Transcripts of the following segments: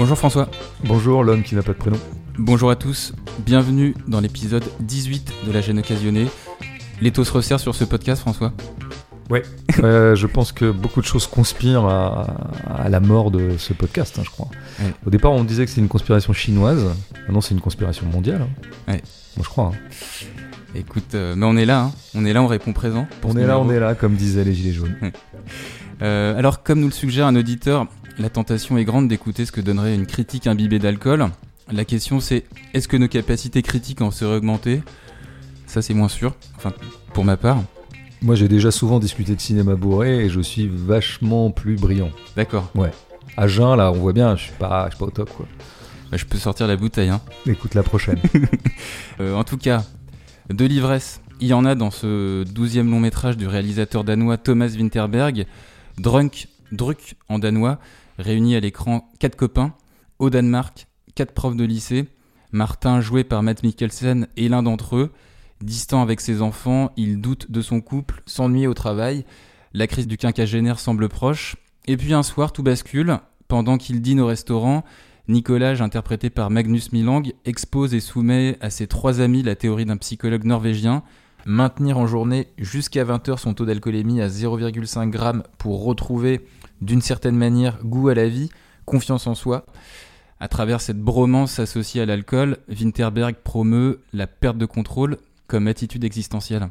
Bonjour François. Bonjour l'homme qui n'a pas de prénom. Bonjour à tous, bienvenue dans l'épisode 18 de La Gêne Occasionnée. L'étau se resserre sur ce podcast, François. Ouais, je pense que beaucoup de choses conspirent à la mort de ce podcast, je crois. Ouais. Au départ, on disait que c'était une conspiration chinoise. Maintenant, c'est une conspiration mondiale. Ouais. Moi, je crois. Écoute, mais on est là. On est là, on répond présent. On est là, comme disaient les Gilets jaunes. Ouais. Alors, comme nous le suggère un auditeur, la tentation est grande d'écouter ce que donnerait une critique imbibée d'alcool. La question, c'est est-ce que nos capacités critiques en seraient augmentées ? Ça, c'est moins sûr. Enfin, pour ma part. Moi, j'ai déjà souvent discuté de cinéma bourré et je suis vachement plus brillant. D'accord. Ouais. À jeun, là, on voit bien, je suis pas au top, quoi. Bah, je peux sortir la bouteille, hein. Écoute la prochaine. En tout cas, de l'ivresse, il y en a dans ce 12e long métrage du réalisateur danois Thomas Vinterberg. Druk en danois, réunit à l'écran 4 copains. Au Danemark, 4 profs de lycée. Martin, joué par Mads Mikkelsen, est l'un d'entre eux. Distant avec ses enfants, il doute de son couple, s'ennuie au travail. La crise du quinquagénaire semble proche. Et puis un soir, tout bascule. Pendant qu'il dîne au restaurant, Nicolas, interprété par Magnus Millang, expose et soumet à ses 3 amis la théorie d'un psychologue norvégien. Maintenir en journée jusqu'à 20h son taux d'alcoolémie à 0,5 g pour retrouver, d'une certaine manière, goût à la vie, confiance en soi. À travers cette bromance associée à l'alcool, Vinterberg promeut la perte de contrôle comme attitude existentielle.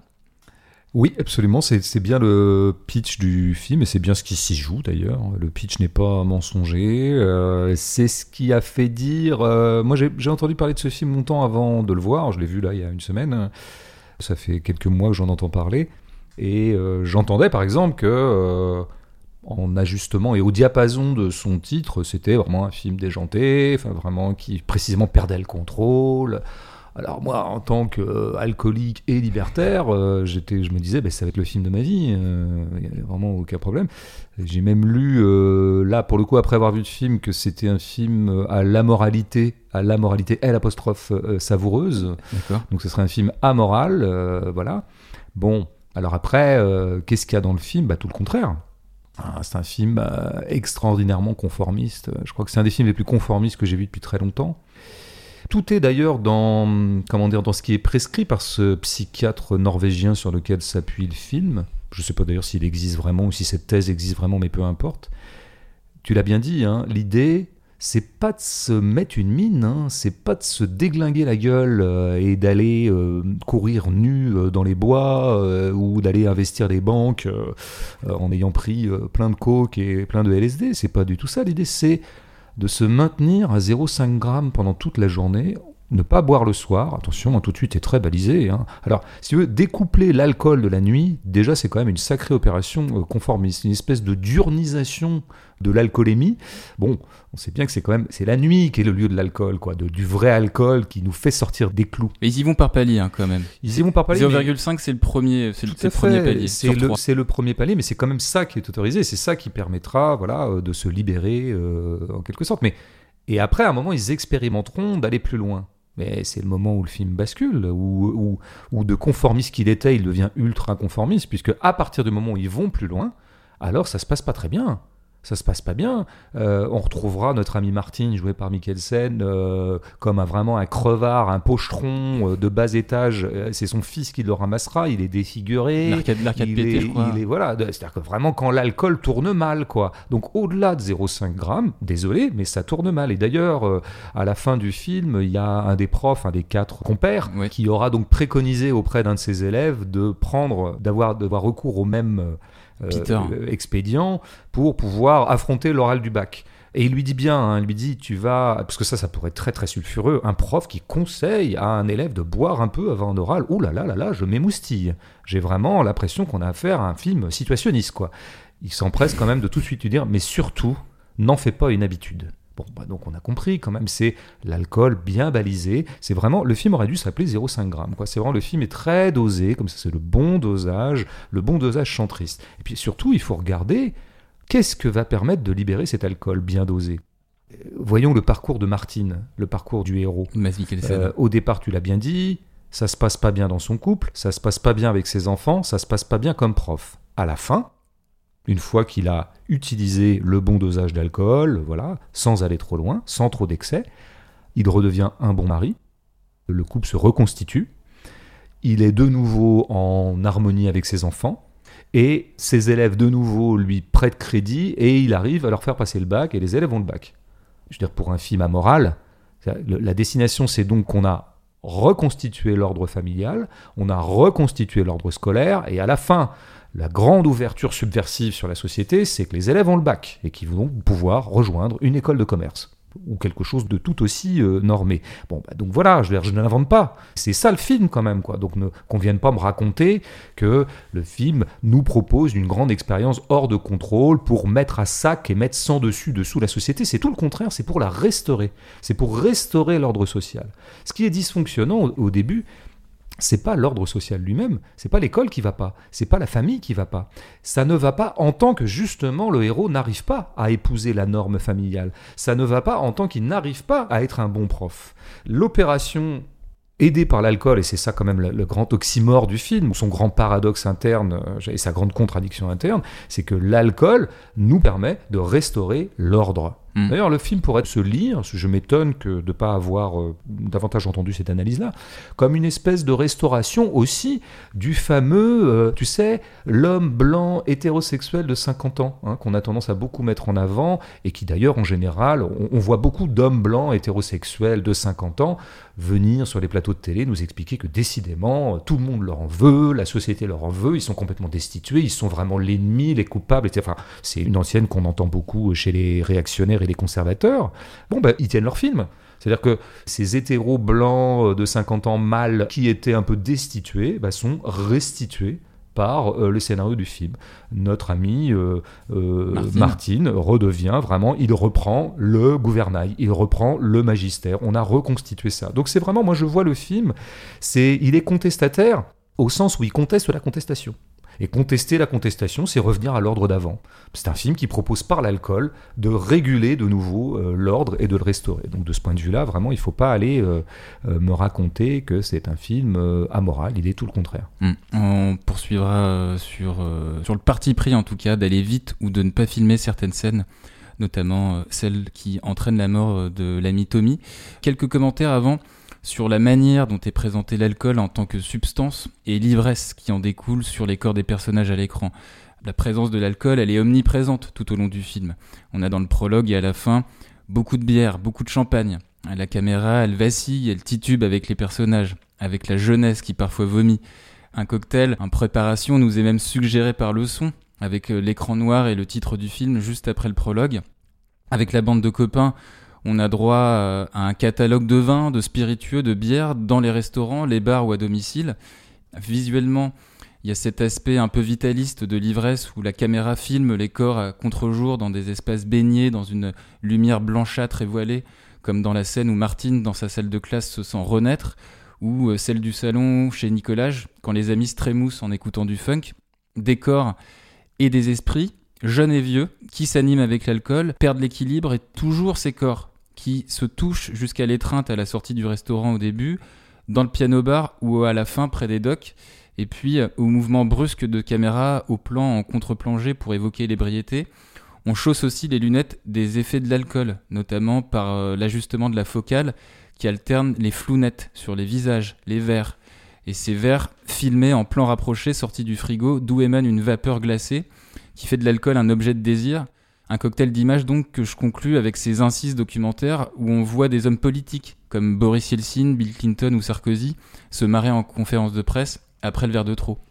Oui, absolument, c'est bien le pitch du film et c'est bien ce qui s'y joue d'ailleurs. Le pitch n'est pas mensonger, c'est ce qui a fait dire... moi j'ai entendu parler de ce film longtemps avant de le voir, je l'ai vu là il y a une semaine, ça fait quelques mois que j'en entends parler et j'entendais par exemple que en ajustement et au diapason de son titre, c'était vraiment un film déjanté, enfin vraiment qui précisément perdait le contrôle. Alors moi, en tant qu'alcoolique et libertaire, je me disais, ça va être le film de ma vie, il n'y a vraiment aucun problème. J'ai même lu, là pour le coup, après avoir vu le film, que c'était un film à l'amoralité, L', savoureuse. D'accord. Donc ce serait un film amoral, voilà. Bon, alors après, qu'est-ce qu'il y a dans le film ? Tout le contraire. C'est un film extraordinairement conformiste. Je crois que c'est un des films les plus conformistes que j'ai vu depuis très longtemps. Tout est d'ailleurs dans ce qui est prescrit par ce psychiatre norvégien sur lequel s'appuie le film. Je ne sais pas d'ailleurs s'il existe vraiment ou si cette thèse existe vraiment, mais peu importe. Tu l'as bien dit, l'idée, c'est pas de se mettre une mine, c'est pas de se déglinguer la gueule et d'aller courir nu dans les bois ou d'aller investir des banques en ayant pris plein de coke et plein de LSD. C'est pas du tout ça. L'idée, c'est de se maintenir à 0,5 g pendant toute la journée, ne pas boire le soir, attention, tout de suite est très balisé. Alors, si tu veux, découpler l'alcool de la nuit, déjà c'est quand même une sacrée opération conformiste, une espèce de diurnisation de l'alcoolémie. Bon, on sait bien que c'est la nuit qui est le lieu de l'alcool, quoi, du vrai alcool qui nous fait sortir des clous. Mais ils y vont par palier quand même. Ils y vont par palier. 0,5 c'est le premier palier. C'est le premier palier, mais c'est quand même ça qui est autorisé, c'est ça qui permettra de se libérer en quelque sorte. Et après, à un moment, ils expérimenteront d'aller plus loin. Mais c'est le moment où le film bascule, où de conformiste qu'il était, il devient ultra conformiste, puisque à partir du moment où ils vont plus loin, alors ça se passe pas très bien. Ça se passe pas bien. On retrouvera notre ami Martin, joué par Mikkelsen, comme vraiment un crevard, un pochetron de bas étage. C'est son fils qui le ramassera. Il est défiguré. L'arcade pété, je crois. Voilà. C'est-à-dire que vraiment, quand l'alcool tourne mal, quoi. Donc, au-delà de 0,5 g, désolé, mais ça tourne mal. Et d'ailleurs, à la fin du film, il y a un des profs, un des 4 compères, qui aura donc préconisé auprès d'un de ses élèves d'avoir recours au même expédient pour pouvoir affronter l'oral du bac. Et il lui dit bien, il lui dit, parce que ça pourrait être très très sulfureux, un prof qui conseille à un élève de boire un peu avant un oral. Ouh là là là là, je m'émoustille. J'ai vraiment l'impression qu'on a affaire à un film situationniste, quoi. Il s'empresse quand même de tout de suite lui dire, mais surtout, n'en fais pas une habitude. Bon, donc on a compris quand même, c'est l'alcool bien balisé. C'est vraiment, le film aurait dû s'appeler 0,5 g, quoi. C'est vraiment, le film est très dosé, comme ça, c'est le bon dosage centriste. Et puis surtout, il faut regarder qu'est-ce que va permettre de libérer cet alcool bien dosé. Voyons le parcours de Martine, le parcours du héros. Au départ, tu l'as bien dit, ça se passe pas bien dans son couple, ça se passe pas bien avec ses enfants, ça se passe pas bien comme prof. À la fin, Une fois qu'il a utilisé le bon dosage d'alcool, voilà, sans aller trop loin, sans trop d'excès, il redevient un bon mari. Le couple se reconstitue. Il est de nouveau en harmonie avec ses enfants. Et ses élèves, de nouveau, lui prêtent crédit et il arrive à leur faire passer le bac et les élèves ont le bac. Je veux dire, pour un film amoral, la destination, c'est donc qu'on a reconstitué l'ordre familial, on a reconstitué l'ordre scolaire et à la fin, la grande ouverture subversive sur la société, c'est que les élèves ont le bac et qu'ils vont donc pouvoir rejoindre une école de commerce ou quelque chose de tout aussi normé. Bon, donc voilà, je ne l'invente pas. C'est ça le film quand même, quoi. Donc qu'on ne vienne pas me raconter que le film nous propose une grande expérience hors de contrôle pour mettre à sac et mettre sans dessous la société. C'est tout le contraire, c'est pour la restaurer. C'est pour restaurer l'ordre social. Ce qui est dysfonctionnant au début, c'est pas l'ordre social lui-même, c'est pas l'école qui va pas, c'est pas la famille qui va pas. Ça ne va pas en tant que justement le héros n'arrive pas à épouser la norme familiale. Ça ne va pas en tant qu'il n'arrive pas à être un bon prof. L'opération aidé par l'alcool, et c'est ça quand même le grand oxymore du film, ou son grand paradoxe interne et sa grande contradiction interne, c'est que l'alcool nous permet de restaurer l'ordre. D'ailleurs, le film pourrait se lire, je m'étonne de ne pas avoir davantage entendu cette analyse-là, comme une espèce de restauration aussi du fameux, tu sais, l'homme blanc hétérosexuel de 50 ans, hein, qu'on a tendance à beaucoup mettre en avant, et qui d'ailleurs, en général, on voit beaucoup d'hommes blancs hétérosexuels de 50 ans venir sur les plateaux de télé nous expliquer que décidément, tout le monde leur en veut, la société leur en veut, ils sont complètement destitués, ils sont vraiment l'ennemi, les coupables, etc. Enfin, c'est une ancienne qu'on entend beaucoup chez les réactionnaires et les conservateurs. Bon, ben, ils tiennent leur film. C'est-à-dire que ces hétéros blancs de 50 ans mâles qui étaient un peu destitués sont restitués par le scénario du film. Notre ami Martin redevient vraiment, il reprend le gouvernail, il reprend le magistère, on a reconstitué ça. Donc c'est vraiment, moi je vois le film, il est contestataire au sens où il conteste la contestation. Et contester la contestation, c'est revenir à l'ordre d'avant. C'est un film qui propose par l'alcool de réguler de nouveau l'ordre et de le restaurer. Donc de ce point de vue-là, vraiment, il ne faut pas aller me raconter que c'est un film amoral, il est tout le contraire. On poursuivra sur le parti pris, en tout cas, d'aller vite ou de ne pas filmer certaines scènes, notamment celle qui entraîne la mort de l'ami Tommy. Quelques commentaires avant sur la manière dont est présenté l'alcool en tant que substance et l'ivresse qui en découle sur les corps des personnages à l'écran. La présence de l'alcool, elle est omniprésente tout au long du film. On a dans le prologue et à la fin beaucoup de bière, beaucoup de champagne. La caméra, elle vacille, elle titube avec les personnages, avec la jeunesse qui parfois vomit. Un cocktail en préparation nous est même suggéré par le son, avec l'écran noir et le titre du film juste après le prologue. Avec la bande de copains, on a droit à un catalogue de vins, de spiritueux, de bières dans les restaurants, les bars ou à domicile. Visuellement, il y a cet aspect un peu vitaliste de l'ivresse où la caméra filme les corps à contre-jour dans des espaces baignés dans une lumière blanchâtre et voilée, comme dans la scène où Martine, dans sa salle de classe, se sent renaître, ou celle du salon chez Nicolas, quand les amis se trémoussent en écoutant du funk. Des corps et des esprits, jeunes et vieux, qui s'animent avec l'alcool, perdent l'équilibre et toujours ces corps qui se touchent jusqu'à l'étreinte à la sortie du restaurant au début, dans le piano-bar ou à la fin près des docks, et puis au mouvement brusque de caméra, au plan en contre-plongée pour évoquer l'ébriété. On chausse aussi les lunettes des effets de l'alcool, notamment par l'ajustement de la focale qui alterne les flous nets sur les visages, les verres. Et ces verres filmés en plan rapproché sortis du frigo, d'où émane une vapeur glacée qui fait de l'alcool un objet de désir. Un cocktail d'images donc que je conclus avec ces incises documentaires où on voit des hommes politiques comme Boris Yeltsin, Bill Clinton ou Sarkozy se marrer en conférence de presse après le verre de trop.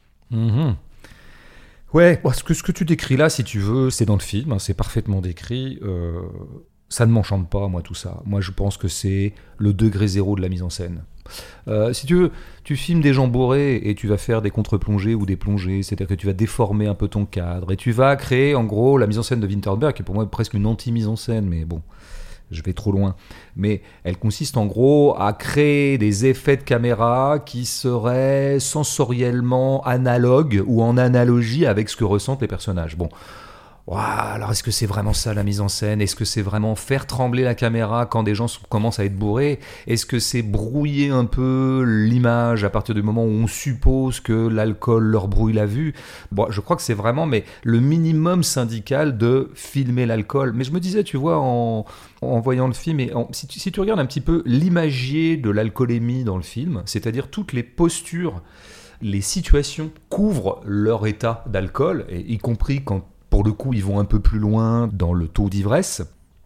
Ouais, ce que tu décris là, si tu veux, c'est dans le film, c'est parfaitement décrit. Ça ne m'enchante pas, moi, tout ça. Moi, je pense que c'est le degré zéro de la mise en scène. Si tu veux, tu filmes des gens bourrés et tu vas faire des contre-plongées ou des plongées, c'est-à-dire que tu vas déformer un peu ton cadre et tu vas créer, en gros, la mise en scène de Winterberg, qui est pour moi presque une anti-mise en scène, mais bon, je vais trop loin. Mais elle consiste en gros à créer des effets de caméra qui seraient sensoriellement analogues ou en analogie avec ce que ressentent les personnages. Bon. Ouah, alors est-ce que c'est vraiment ça la mise en scène? Est-ce que c'est vraiment faire trembler la caméra quand des gens commencent à être bourrés? Est-ce que c'est brouiller un peu l'image à partir du moment où on suppose que l'alcool leur brouille la vue? Bon, je crois que c'est vraiment mais le minimum syndical de filmer l'alcool. Mais je me disais, tu vois, en voyant le film, et si tu regardes un petit peu l'imagier de l'alcoolémie dans le film, c'est-à-dire toutes les postures, les situations couvrent leur état d'alcool, et y compris quand pour le coup, ils vont un peu plus loin dans le taux d'ivresse.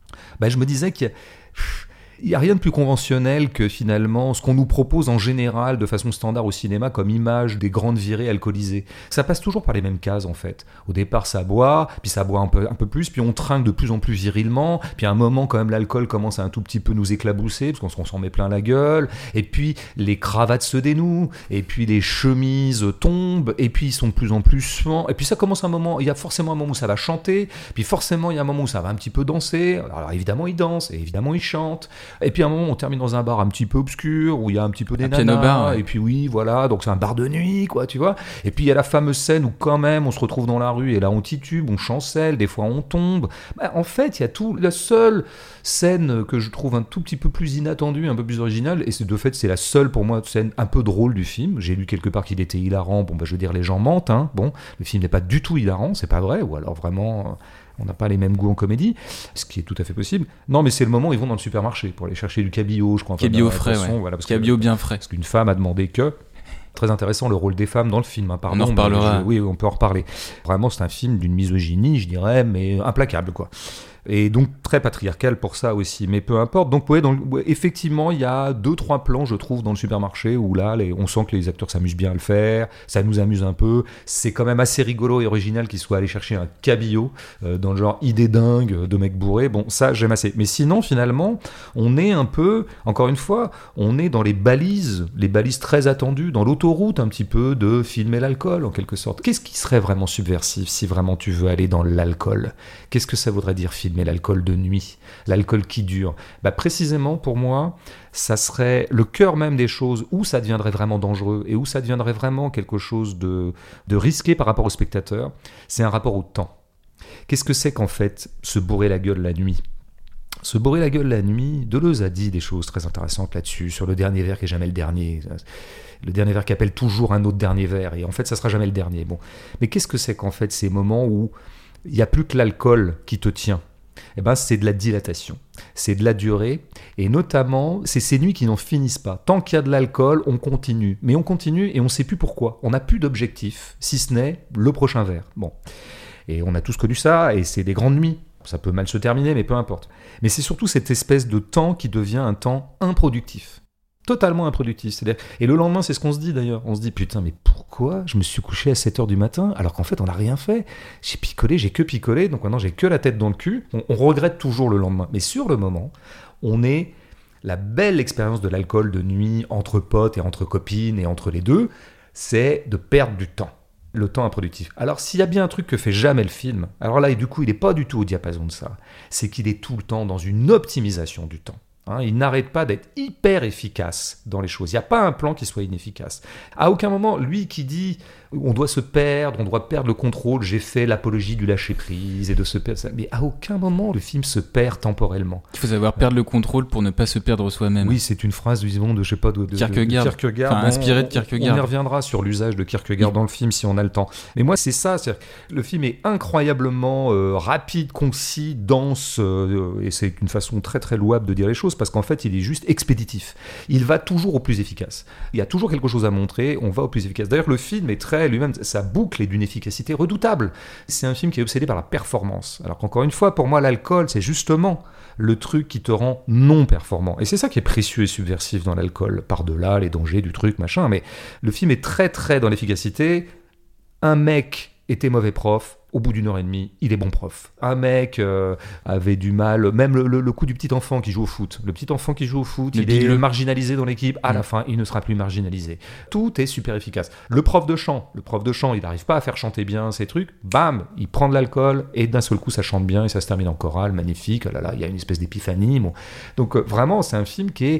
Je me disais qu'il y a rien de plus conventionnel que finalement ce qu'on nous propose en général de façon standard au cinéma comme image des grandes virées alcoolisées. Ça passe toujours par les mêmes cases en fait. Au départ ça boit, puis ça boit un peu plus, puis on trinque de plus en plus virilement, puis à un moment quand même l'alcool commence à un tout petit peu nous éclabousser parce qu'on s'en met plein la gueule, et puis les cravates se dénouent, et puis les chemises tombent, et puis ils sont de plus en plus suants, et puis ça commence un moment, il y a forcément un moment où ça va chanter, puis forcément il y a un moment où ça va un petit peu danser, alors évidemment ils dansent, et évidemment ils chantent. Et puis à un moment, on termine dans un bar un petit peu obscur, où il y a un petit peu des nanas, bar, ouais. Et puis oui, voilà, donc c'est un bar de nuit, quoi, tu vois. Et puis il y a la fameuse scène où quand même, on se retrouve dans la rue, et là on titube, on chancelle, des fois on tombe. En fait, il y a tout, la seule scène que je trouve un tout petit peu plus inattendue, un peu plus originale, et de fait, c'est la seule pour moi scène un peu drôle du film. J'ai lu quelque part qu'il était hilarant, je veux dire, les gens mentent, hein. Bon, le film n'est pas du tout hilarant, c'est pas vrai, ou alors vraiment... on n'a pas les mêmes goûts en comédie, ce qui est tout à fait possible. Non, mais c'est le moment où ils vont dans le supermarché pour aller chercher du cabillaud, je crois. Cabillaud frais, ouais. Voilà, cabillaud bien frais. Parce qu'une femme a demandé que... Très intéressant le rôle des femmes dans le film. Hein, pardon, on en reparlera. Oui, on peut en reparler. Vraiment, c'est un film d'une misogynie, je dirais, mais implacable, quoi. Et donc très patriarcal pour ça aussi, mais peu importe. Donc effectivement, il y a 2-3 plans, je trouve, dans le supermarché où là, on sent que les acteurs s'amusent bien à le faire, ça nous amuse un peu. C'est quand même assez rigolo et original qu'ils soient allés chercher un cabillaud dans le genre idée dingue de mec bourré. Bon, ça, j'aime assez. Mais sinon, finalement, on est un peu, encore une fois, on est dans les balises très attendues, dans l'autoroute un petit peu de filmer l'alcool, en quelque sorte. Qu'est-ce qui serait vraiment subversif si vraiment tu veux aller dans l'alcool? Qu'est-ce que ça voudrait dire filmer l'alcool de nuit, l'alcool qui dure? Précisément pour moi, ça serait le cœur même des choses où ça deviendrait vraiment dangereux et où ça deviendrait vraiment quelque chose de risqué par rapport au spectateur. C'est un rapport au temps. Qu'est-ce que c'est qu'en fait se bourrer la gueule la nuit? Se bourrer la gueule la nuit, Deleuze a dit des choses très intéressantes là-dessus, sur le dernier verre qui est jamais le dernier. Le dernier verre qui appelle toujours un autre dernier verre, et en fait ça sera jamais le dernier. Bon. Mais qu'est-ce que c'est qu'en fait ces moments où il n'y a plus que l'alcool qui te tient? C'est de la dilatation, c'est de la durée, et notamment, c'est ces nuits qui n'en finissent pas. Tant qu'il y a de l'alcool, on continue. Mais on continue et on ne sait plus pourquoi. On n'a plus d'objectif, si ce n'est le prochain verre. Bon. Et on a tous connu ça, et c'est des grandes nuits. Ça peut mal se terminer, mais peu importe. Mais c'est surtout cette espèce de temps qui devient un temps improductif. Totalement improductif. Et le lendemain, c'est ce qu'on se dit d'ailleurs. On se dit, putain, mais pourquoi je me suis couché à 7h du matin alors qu'en fait, on n'a rien fait? J'ai que picolé, donc maintenant j'ai que la tête dans le cul. On regrette toujours le lendemain. Mais sur le moment, on est la belle expérience de l'alcool de nuit entre potes et entre copines et entre les deux, c'est de perdre du temps. Le temps improductif. Alors, s'il y a bien un truc que fait jamais le film, alors là, et du coup, il n'est pas du tout au diapason de ça, c'est qu'il est tout le temps dans une optimisation du temps. Il n'arrête pas d'être hyper efficace dans les choses. Il n'y a pas un plan qui soit inefficace. À aucun moment, lui qui dit on doit se perdre, on doit perdre le contrôle, j'ai fait l'apologie du lâcher-prise et de se perdre. Mais à aucun moment, le film se perd temporellement. Il faut savoir perdre le contrôle pour ne pas se perdre soi-même. Oui, c'est une phrase, disons, de je sais pas, de Kierkegaard. Enfin, inspiré de Kierkegaard. On y reviendra sur l'usage de Kierkegaard dans le film si on a le temps. Mais moi, c'est ça. Le film est incroyablement rapide, concis, dense, et c'est une façon très très louable de dire les choses parce qu'en fait, il est juste expéditif. Il va toujours au plus efficace. Il y a toujours quelque chose à montrer, on va au plus efficace. D'ailleurs, le film est très lui-même, sa boucle est d'une efficacité redoutable. C'est un film qui est obsédé par la performance. Alors qu'encore une fois, pour moi, l'alcool, c'est justement le truc qui te rend non performant. Et c'est ça qui est précieux et subversif dans l'alcool, par-delà les dangers du truc, machin. Mais le film est très très dans l'efficacité. Un mec était mauvais prof, au bout d'1 heure et demie, il est bon prof. Un mec avait du mal, même le coup du petit enfant qui joue au foot. Le petit enfant qui joue au foot, il est marginalisé dans l'équipe, à la fin, il ne sera plus marginalisé. Tout est super efficace. Le prof de chant, il n'arrive pas à faire chanter bien ces trucs, bam, il prend de l'alcool, et d'un seul coup, ça chante bien, et ça se termine en chorale, magnifique, oh là là, il y a une espèce d'épiphanie. Bon. Donc vraiment, c'est un film qui est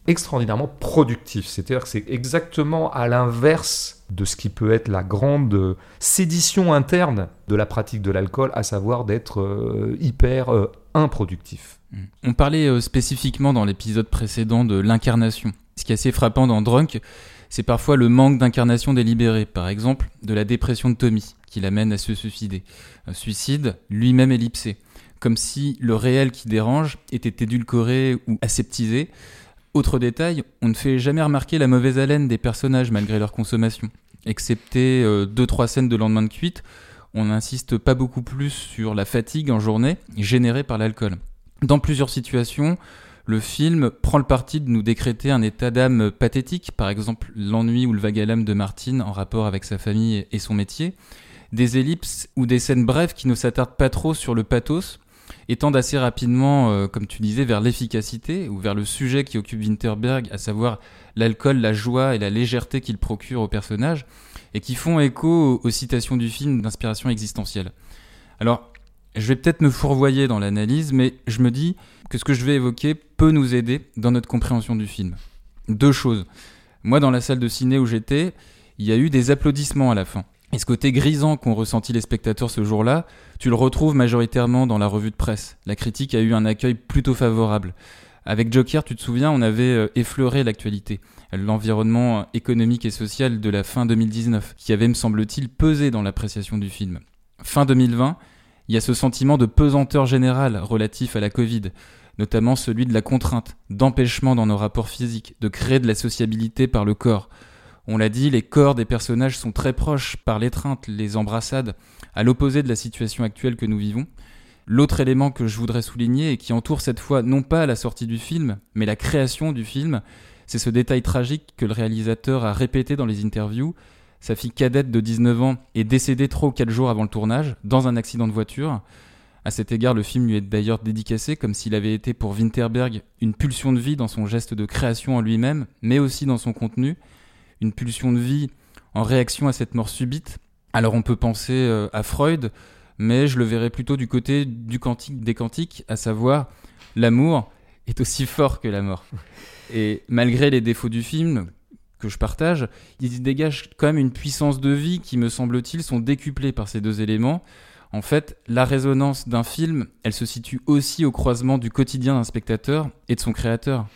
extraordinairement productif. C'est-à-dire que c'est exactement à l'inverse de ce qui peut être la grande sédition interne de la pratique de l'alcool, à savoir d'être hyper improductif. On parlait spécifiquement dans l'épisode précédent de l'incarnation. Ce qui est assez frappant dans Drunk, c'est parfois le manque d'incarnation délibérée, par exemple de la dépression de Tommy, qui l'amène à se suicider. Un suicide lui-même ellipsé, comme si le réel qui dérange était édulcoré ou aseptisé. Autre détail, on ne fait jamais remarquer la mauvaise haleine des personnages malgré leur consommation. Excepté 2-3 scènes de lendemain de cuite, on n'insiste pas beaucoup plus sur la fatigue en journée générée par l'alcool. Dans plusieurs situations, le film prend le parti de nous décréter un état d'âme pathétique, par exemple l'ennui ou le vague à l'âme de Martin en rapport avec sa famille et son métier, des ellipses ou des scènes brèves qui ne s'attardent pas trop sur le pathos, et tendent assez rapidement, comme tu disais, vers l'efficacité ou vers le sujet qui occupe Winterberg, à savoir l'alcool, la joie et la légèreté qu'il procure aux personnages, et qui font écho aux citations du film d'inspiration existentielle. Alors, je vais peut-être me fourvoyer dans l'analyse, mais je me dis que ce que je vais évoquer peut nous aider dans notre compréhension du film. 2 choses. Moi, dans la salle de ciné où j'étais, il y a eu des applaudissements à la fin. Et ce côté grisant qu'ont ressenti les spectateurs ce jour-là, tu le retrouves majoritairement dans la revue de presse. La critique a eu un accueil plutôt favorable. Avec Joker, tu te souviens, on avait effleuré l'actualité, l'environnement économique et social de la fin 2019, qui avait, me semble-t-il, pesé dans l'appréciation du film. Fin 2020, il y a ce sentiment de pesanteur générale relatif à la Covid, notamment celui de la contrainte, d'empêchement dans nos rapports physiques, de créer de la sociabilité par le corps. On l'a dit, les corps des personnages sont très proches par l'étreinte, les embrassades, à l'opposé de la situation actuelle que nous vivons. L'autre élément que je voudrais souligner et qui entoure cette fois non pas la sortie du film, mais la création du film, c'est ce détail tragique que le réalisateur a répété dans les interviews. Sa fille cadette de 19 ans est décédée 3 ou 4 jours avant le tournage, dans un accident de voiture. À cet égard, le film lui est d'ailleurs dédicacé comme s'il avait été pour Winterberg une pulsion de vie dans son geste de création en lui-même, mais aussi dans son contenu. Une pulsion de vie en réaction à cette mort subite. Alors on peut penser à Freud, mais je le verrais plutôt du côté du cantique des cantiques, à savoir l'amour est aussi fort que la mort. Et malgré les défauts du film, que je partage, il dégage quand même une puissance de vie qui, me semble-t-il, sont décuplées par ces 2 éléments. En fait, la résonance d'un film, elle se situe aussi au croisement du quotidien d'un spectateur et de son créateur.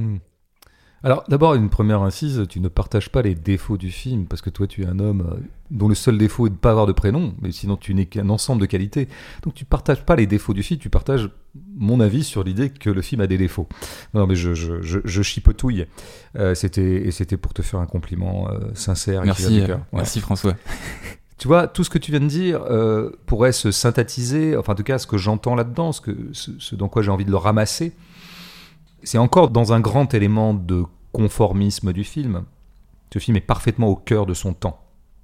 Alors, d'abord, une première incise, tu ne partages pas les défauts du film, parce que toi, tu es un homme dont le seul défaut est de ne pas avoir de prénom, mais sinon, tu n'es qu'un ensemble de qualités. Donc, tu ne partages pas les défauts du film, tu partages mon avis sur l'idée que le film a des défauts. Non, mais je chipotouille. C'était pour te faire un compliment sincère. Merci, merci François. Tu vois, tout ce que tu viens de dire pourrait se synthétiser, enfin, en tout cas, ce que j'entends là-dedans, ce dans quoi j'ai envie de le ramasser, c'est encore dans un grand élément de conformisme du film. Ce film est parfaitement au cœur de son temps.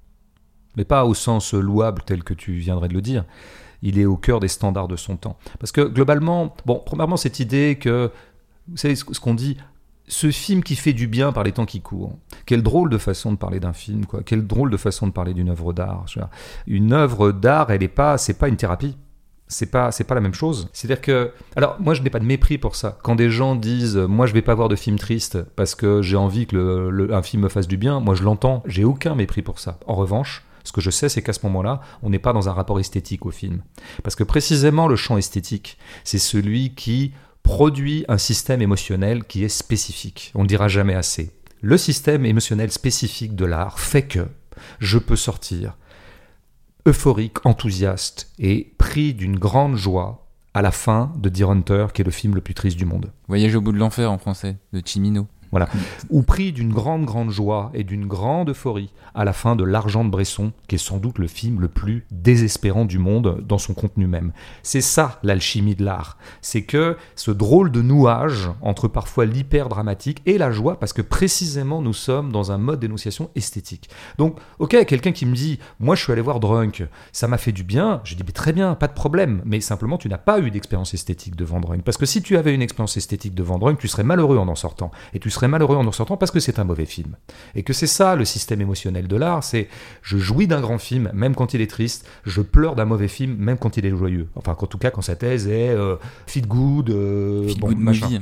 Mais pas au sens louable tel que tu viendrais de le dire. Il est au cœur des standards de son temps. Parce que globalement, premièrement, cette idée que, vous savez ce qu'on dit, ce film qui fait du bien par les temps qui courent. Quelle drôle de façon de parler d'un film, quoi. Quelle drôle de façon de parler d'une œuvre d'art. Une œuvre d'art, c'est pas une thérapie. C'est pas la même chose. C'est-à-dire que, alors moi je n'ai pas de mépris pour ça. Quand des gens disent, moi je vais pas voir de film triste parce que j'ai envie que un film me fasse du bien, moi je l'entends. J'ai aucun mépris pour ça. En revanche, ce que je sais, c'est qu'à ce moment-là, on n'est pas dans un rapport esthétique au film. Parce que précisément le champ esthétique, c'est celui qui produit un système émotionnel qui est spécifique. On ne le dira jamais assez. Le système émotionnel spécifique de l'art fait que je peux sortir euphorique, enthousiaste et pris d'une grande joie à la fin de Deer Hunter, qui est le film le plus triste du monde. Voyage au bout de l'enfer en français, de Cimino. Voilà. Ou pris d'une grande joie et d'une grande euphorie à la fin de L'Argent de Bresson, qui est sans doute le film le plus désespérant du monde dans son contenu même. C'est ça l'alchimie de l'art. C'est que ce drôle de nouage entre parfois l'hyper-dramatique et la joie, parce que précisément nous sommes dans un mode d'énonciation esthétique. Donc, ok, quelqu'un qui me dit « Moi je suis allé voir Drunk, ça m'a fait du bien », je dis « Très bien, pas de problème, mais simplement tu n'as pas eu d'expérience esthétique devant Drunk. Parce que si tu avais une expérience esthétique devant Drunk, tu serais malheureux en sortant. Et tu serais malheureux en sortant parce que c'est un mauvais film. Et que c'est ça le système émotionnel de l'art, c'est je jouis d'un grand film même quand il est triste, je pleure d'un mauvais film même quand il est joyeux. Enfin, en tout cas quand sa thèse est feel good, feel good machin. Movie.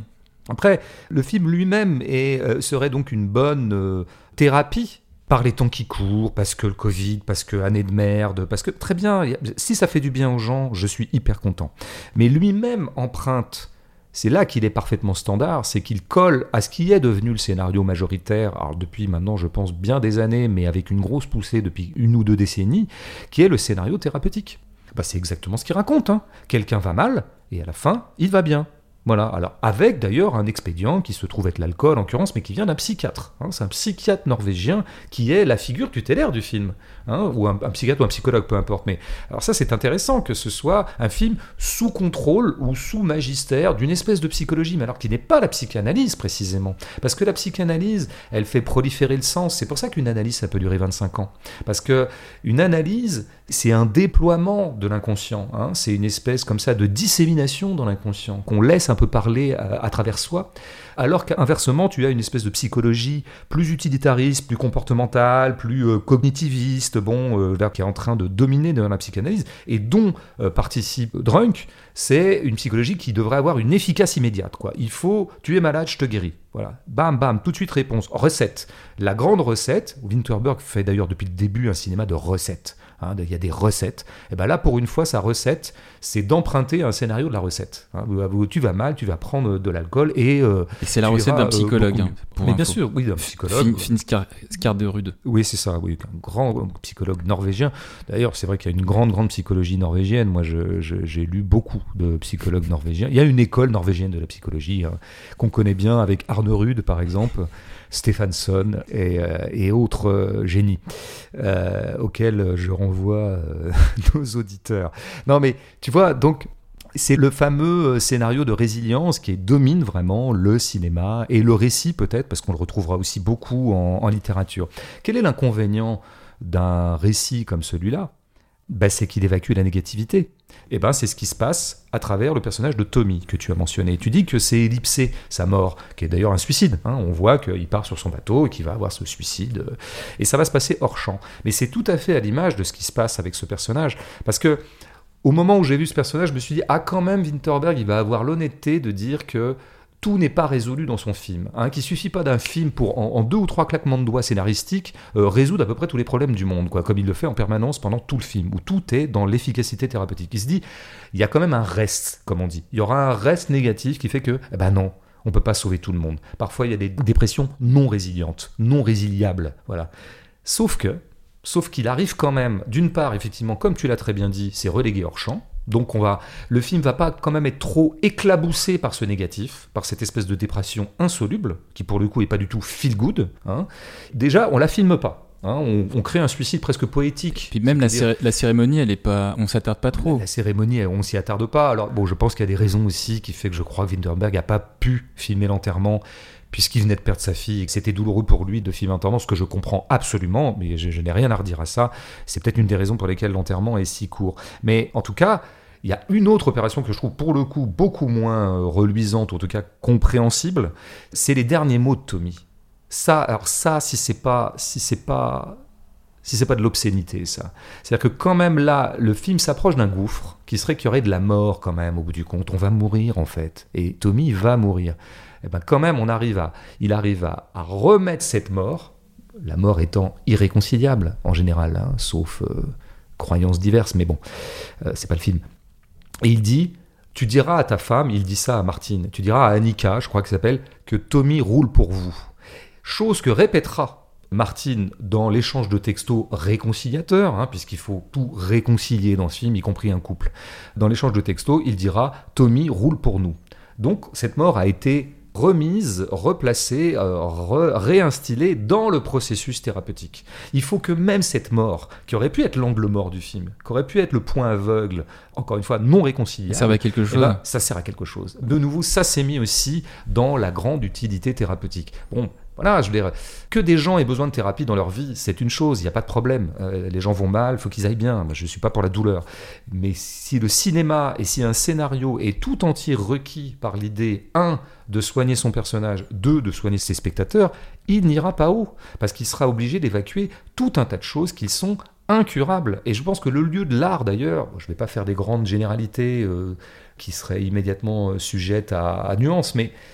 Après, le film lui-même serait donc une bonne thérapie par les temps qui courent, parce que le Covid, parce que année de merde, parce que très bien, si ça fait du bien aux gens, je suis hyper content. Mais lui-même emprunte, c'est là qu'il est parfaitement standard, c'est qu'il colle à ce qui est devenu le scénario majoritaire, alors depuis maintenant je pense bien des années, mais avec une grosse poussée depuis 1 ou 2 décennies, qui est le scénario thérapeutique. C'est exactement ce qu'il raconte, hein. Quelqu'un va mal, et à la fin, il va bien. Voilà, alors avec d'ailleurs un expédient qui se trouve être l'alcool en l'occurrence, mais qui vient d'un psychiatre. Hein, c'est un psychiatre norvégien qui est la figure tutélaire du film, hein, ou un psychiatre ou un psychologue, peu importe. Mais alors ça, c'est intéressant que ce soit un film sous contrôle ou sous magistère d'une espèce de psychologie, mais alors qui n'est pas la psychanalyse précisément. Parce que la psychanalyse, elle fait proliférer le sens. C'est pour ça qu'une analyse, ça peut durer 25 ans. Parce que une analyse, c'est un déploiement de l'inconscient. Hein, c'est une espèce comme ça de dissémination dans l'inconscient qu'on laisse un peu parler à travers soi, alors qu'inversement, tu as une espèce de psychologie plus utilitariste, plus comportementale, plus cognitiviste, qui est en train de dominer dans la psychanalyse, et dont participe Drunk. C'est une psychologie qui devrait avoir une efficace immédiate, quoi. Il faut, tu es malade, je te guéris. Voilà, bam, bam, tout de suite réponse. Recette. La grande recette, Winterberg fait d'ailleurs depuis le début un cinéma de recettes. Hein, il y a des recettes. Et bien là, pour une fois, sa recette, c'est d'emprunter un scénario de la recette. Hein, où tu vas mal, tu vas prendre de l'alcool et c'est la recette d'un psychologue. Mais bien sûr, oui, d'un psychologue. Finn Skarderud. Oui, c'est ça, oui, un grand psychologue norvégien. D'ailleurs, c'est vrai qu'il y a une grande psychologie norvégienne. Moi, j'ai lu beaucoup de psychologues norvégiens. Il y a une école norvégienne de la psychologie, hein, qu'on connaît bien avec Arne Ruud, par exemple, Stefansson et autres génies auxquels je renvoie nos auditeurs. Non, mais tu vois, donc c'est le fameux scénario de résilience qui domine vraiment le cinéma et le récit peut-être, parce qu'on le retrouvera aussi beaucoup en littérature. Quel est l'inconvénient d'un récit comme celui-là ? C'est qu'il évacue la négativité. Et c'est ce qui se passe à travers le personnage de Tommy que tu as mentionné. Tu dis que c'est ellipsé, sa mort, qui est d'ailleurs un suicide. Hein. On voit qu'il part sur son bateau et qu'il va avoir ce suicide. Et ça va se passer hors champ. Mais c'est tout à fait à l'image de ce qui se passe avec ce personnage. Parce que au moment où j'ai vu ce personnage, je me suis dit, quand même, Winterberg, il va avoir l'honnêteté de dire que tout n'est pas résolu dans son film, hein, qu'il ne suffit pas d'un film pour, en 2 ou 3 claquements de doigts scénaristiques, résoudre à peu près tous les problèmes du monde, quoi, comme il le fait en permanence pendant tout le film, où tout est dans l'efficacité thérapeutique. Il se dit, il y a quand même un reste, comme on dit. Il y aura un reste négatif qui fait que, non, on ne peut pas sauver tout le monde. Parfois, il y a des dépressions non résilientes, non résiliables, voilà. Sauf qu'il arrive quand même, d'une part, effectivement, comme tu l'as très bien dit, c'est relégué hors champ. Donc le film va pas quand même être trop éclaboussé par ce négatif, par cette espèce de dépression insoluble, qui pour le coup est pas du tout feel good. Hein. Déjà, on la filme pas. Hein, on crée un suicide presque poétique. Puis même la cérémonie, elle est pas, on s'attarde pas trop. La cérémonie, on s'y attarde pas. Alors je pense qu'il y a des raisons aussi qui fait que je crois que Winterberg a pas pu filmer l'enterrement, puisqu'il venait de perdre sa fille et que c'était douloureux pour lui de filmer l'enterrement, ce que je comprends absolument, mais je n'ai rien à redire à ça. C'est peut-être une des raisons pour lesquelles l'enterrement est si court. Mais en tout cas, il y a une autre opération que je trouve pour le coup beaucoup moins reluisante, ou en tout cas compréhensible, c'est les derniers mots de Tommy. Ça, si c'est pas de l'obscénité, ça. C'est-à-dire que quand même là, le film s'approche d'un gouffre qui serait qu'il y aurait de la mort quand même au bout du compte. On va mourir en fait, et Tommy va mourir. Et quand même, il arrive à remettre cette mort, la mort étant irréconciliable en général, hein, sauf croyances diverses, mais bon, c'est pas le film. Et il dit, tu diras à ta femme, il dit ça à Martine, tu diras à Annika, je crois qu'elle s'appelle, que Tommy roule pour vous. Chose que répétera Martine dans l'échange de textos réconciliateur, hein, puisqu'il faut tout réconcilier dans ce film, y compris un couple. Dans l'échange de textos, il dira « Tommy roule pour nous ». Donc cette mort a été remise, replacée, réinstillée dans le processus thérapeutique. Il faut que même cette mort, qui aurait pu être l'angle mort du film, qui aurait pu être le point aveugle, encore une fois non réconciliable, ça sert à quelque chose. Ça sert à quelque chose. De nouveau, ça s'est mis aussi dans la grande utilité thérapeutique. Bon, voilà, je veux dire, que des gens aient besoin de thérapie dans leur vie, c'est une chose, il n'y a pas de problème. Les gens vont mal, il faut qu'ils aillent bien. Moi, je ne suis pas pour la douleur. Mais si le cinéma et si un scénario est tout entier requis par l'idée, 1, de soigner son personnage, 2, de soigner ses spectateurs, il n'ira pas haut. Parce qu'il sera obligé d'évacuer tout un tas de choses qui sont incurables. Et je pense que le lieu de l'art, d'ailleurs, je ne vais pas faire des grandes généralités qui seraient immédiatement sujettes à nuances, mais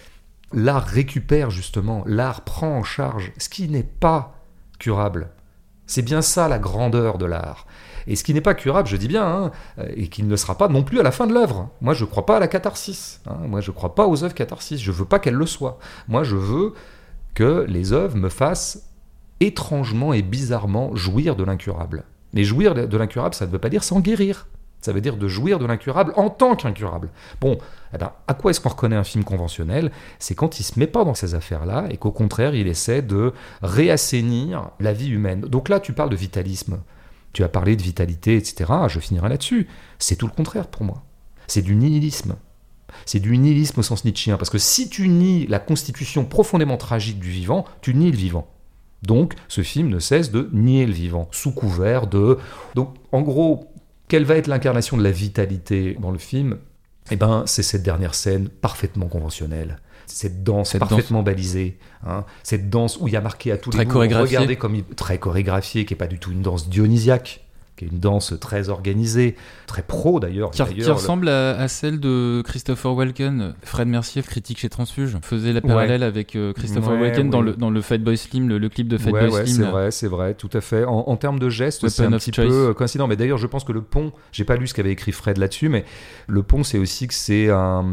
L'art récupère justement, l'art prend en charge ce qui n'est pas curable. C'est bien ça la grandeur de l'art. Et ce qui n'est pas curable, je dis bien, et qui ne le sera pas non plus à la fin de l'œuvre. Moi, je ne crois pas à la catharsis. Moi, je ne crois pas aux œuvres catharsis. Je ne veux pas qu'elles le soient. Moi, je veux que les œuvres me fassent étrangement et bizarrement jouir de l'incurable. Mais jouir de l'incurable, ça ne veut pas dire s'en guérir. Ça veut dire de jouir de l'incurable en tant qu'incurable. Bon, à quoi est-ce qu'on reconnaît un film conventionnel ? C'est quand il ne se met pas dans ces affaires-là et qu'au contraire, il essaie de réassainir la vie humaine. Donc là, tu parles de vitalisme. Tu as parlé de vitalité, etc. Je finirai là-dessus. C'est tout le contraire pour moi. C'est du nihilisme. C'est du nihilisme au sens nietzschéen. Parce que si tu nies la constitution profondément tragique du vivant, tu nies le vivant. Donc, ce film ne cesse de nier le vivant, sous couvert de... Donc, en gros, quelle va être l'incarnation de la vitalité dans le film ? Eh ben, c'est cette dernière scène parfaitement conventionnelle. Cette danse parfaitement balisée, cette danse où il y a marqué à tous les bouts, regardez comme très chorégraphiée, qui n'est pas du tout une danse dionysiaque, qui est une danse très organisée, très pro d'ailleurs. Qui ressemble à celle de Christopher Walken. Fred Mercier, critique chez Transfuge, faisait la parallèle avec Christopher Walken dans le Fatboy Slim, le clip de Fatboy Slim. C'est vrai, tout à fait. En termes de gestes, c'est un petit peu coïncident. Mais d'ailleurs, je pense que le pont, j'ai pas lu ce qu'avait écrit Fred là-dessus, mais le pont, c'est aussi que c'est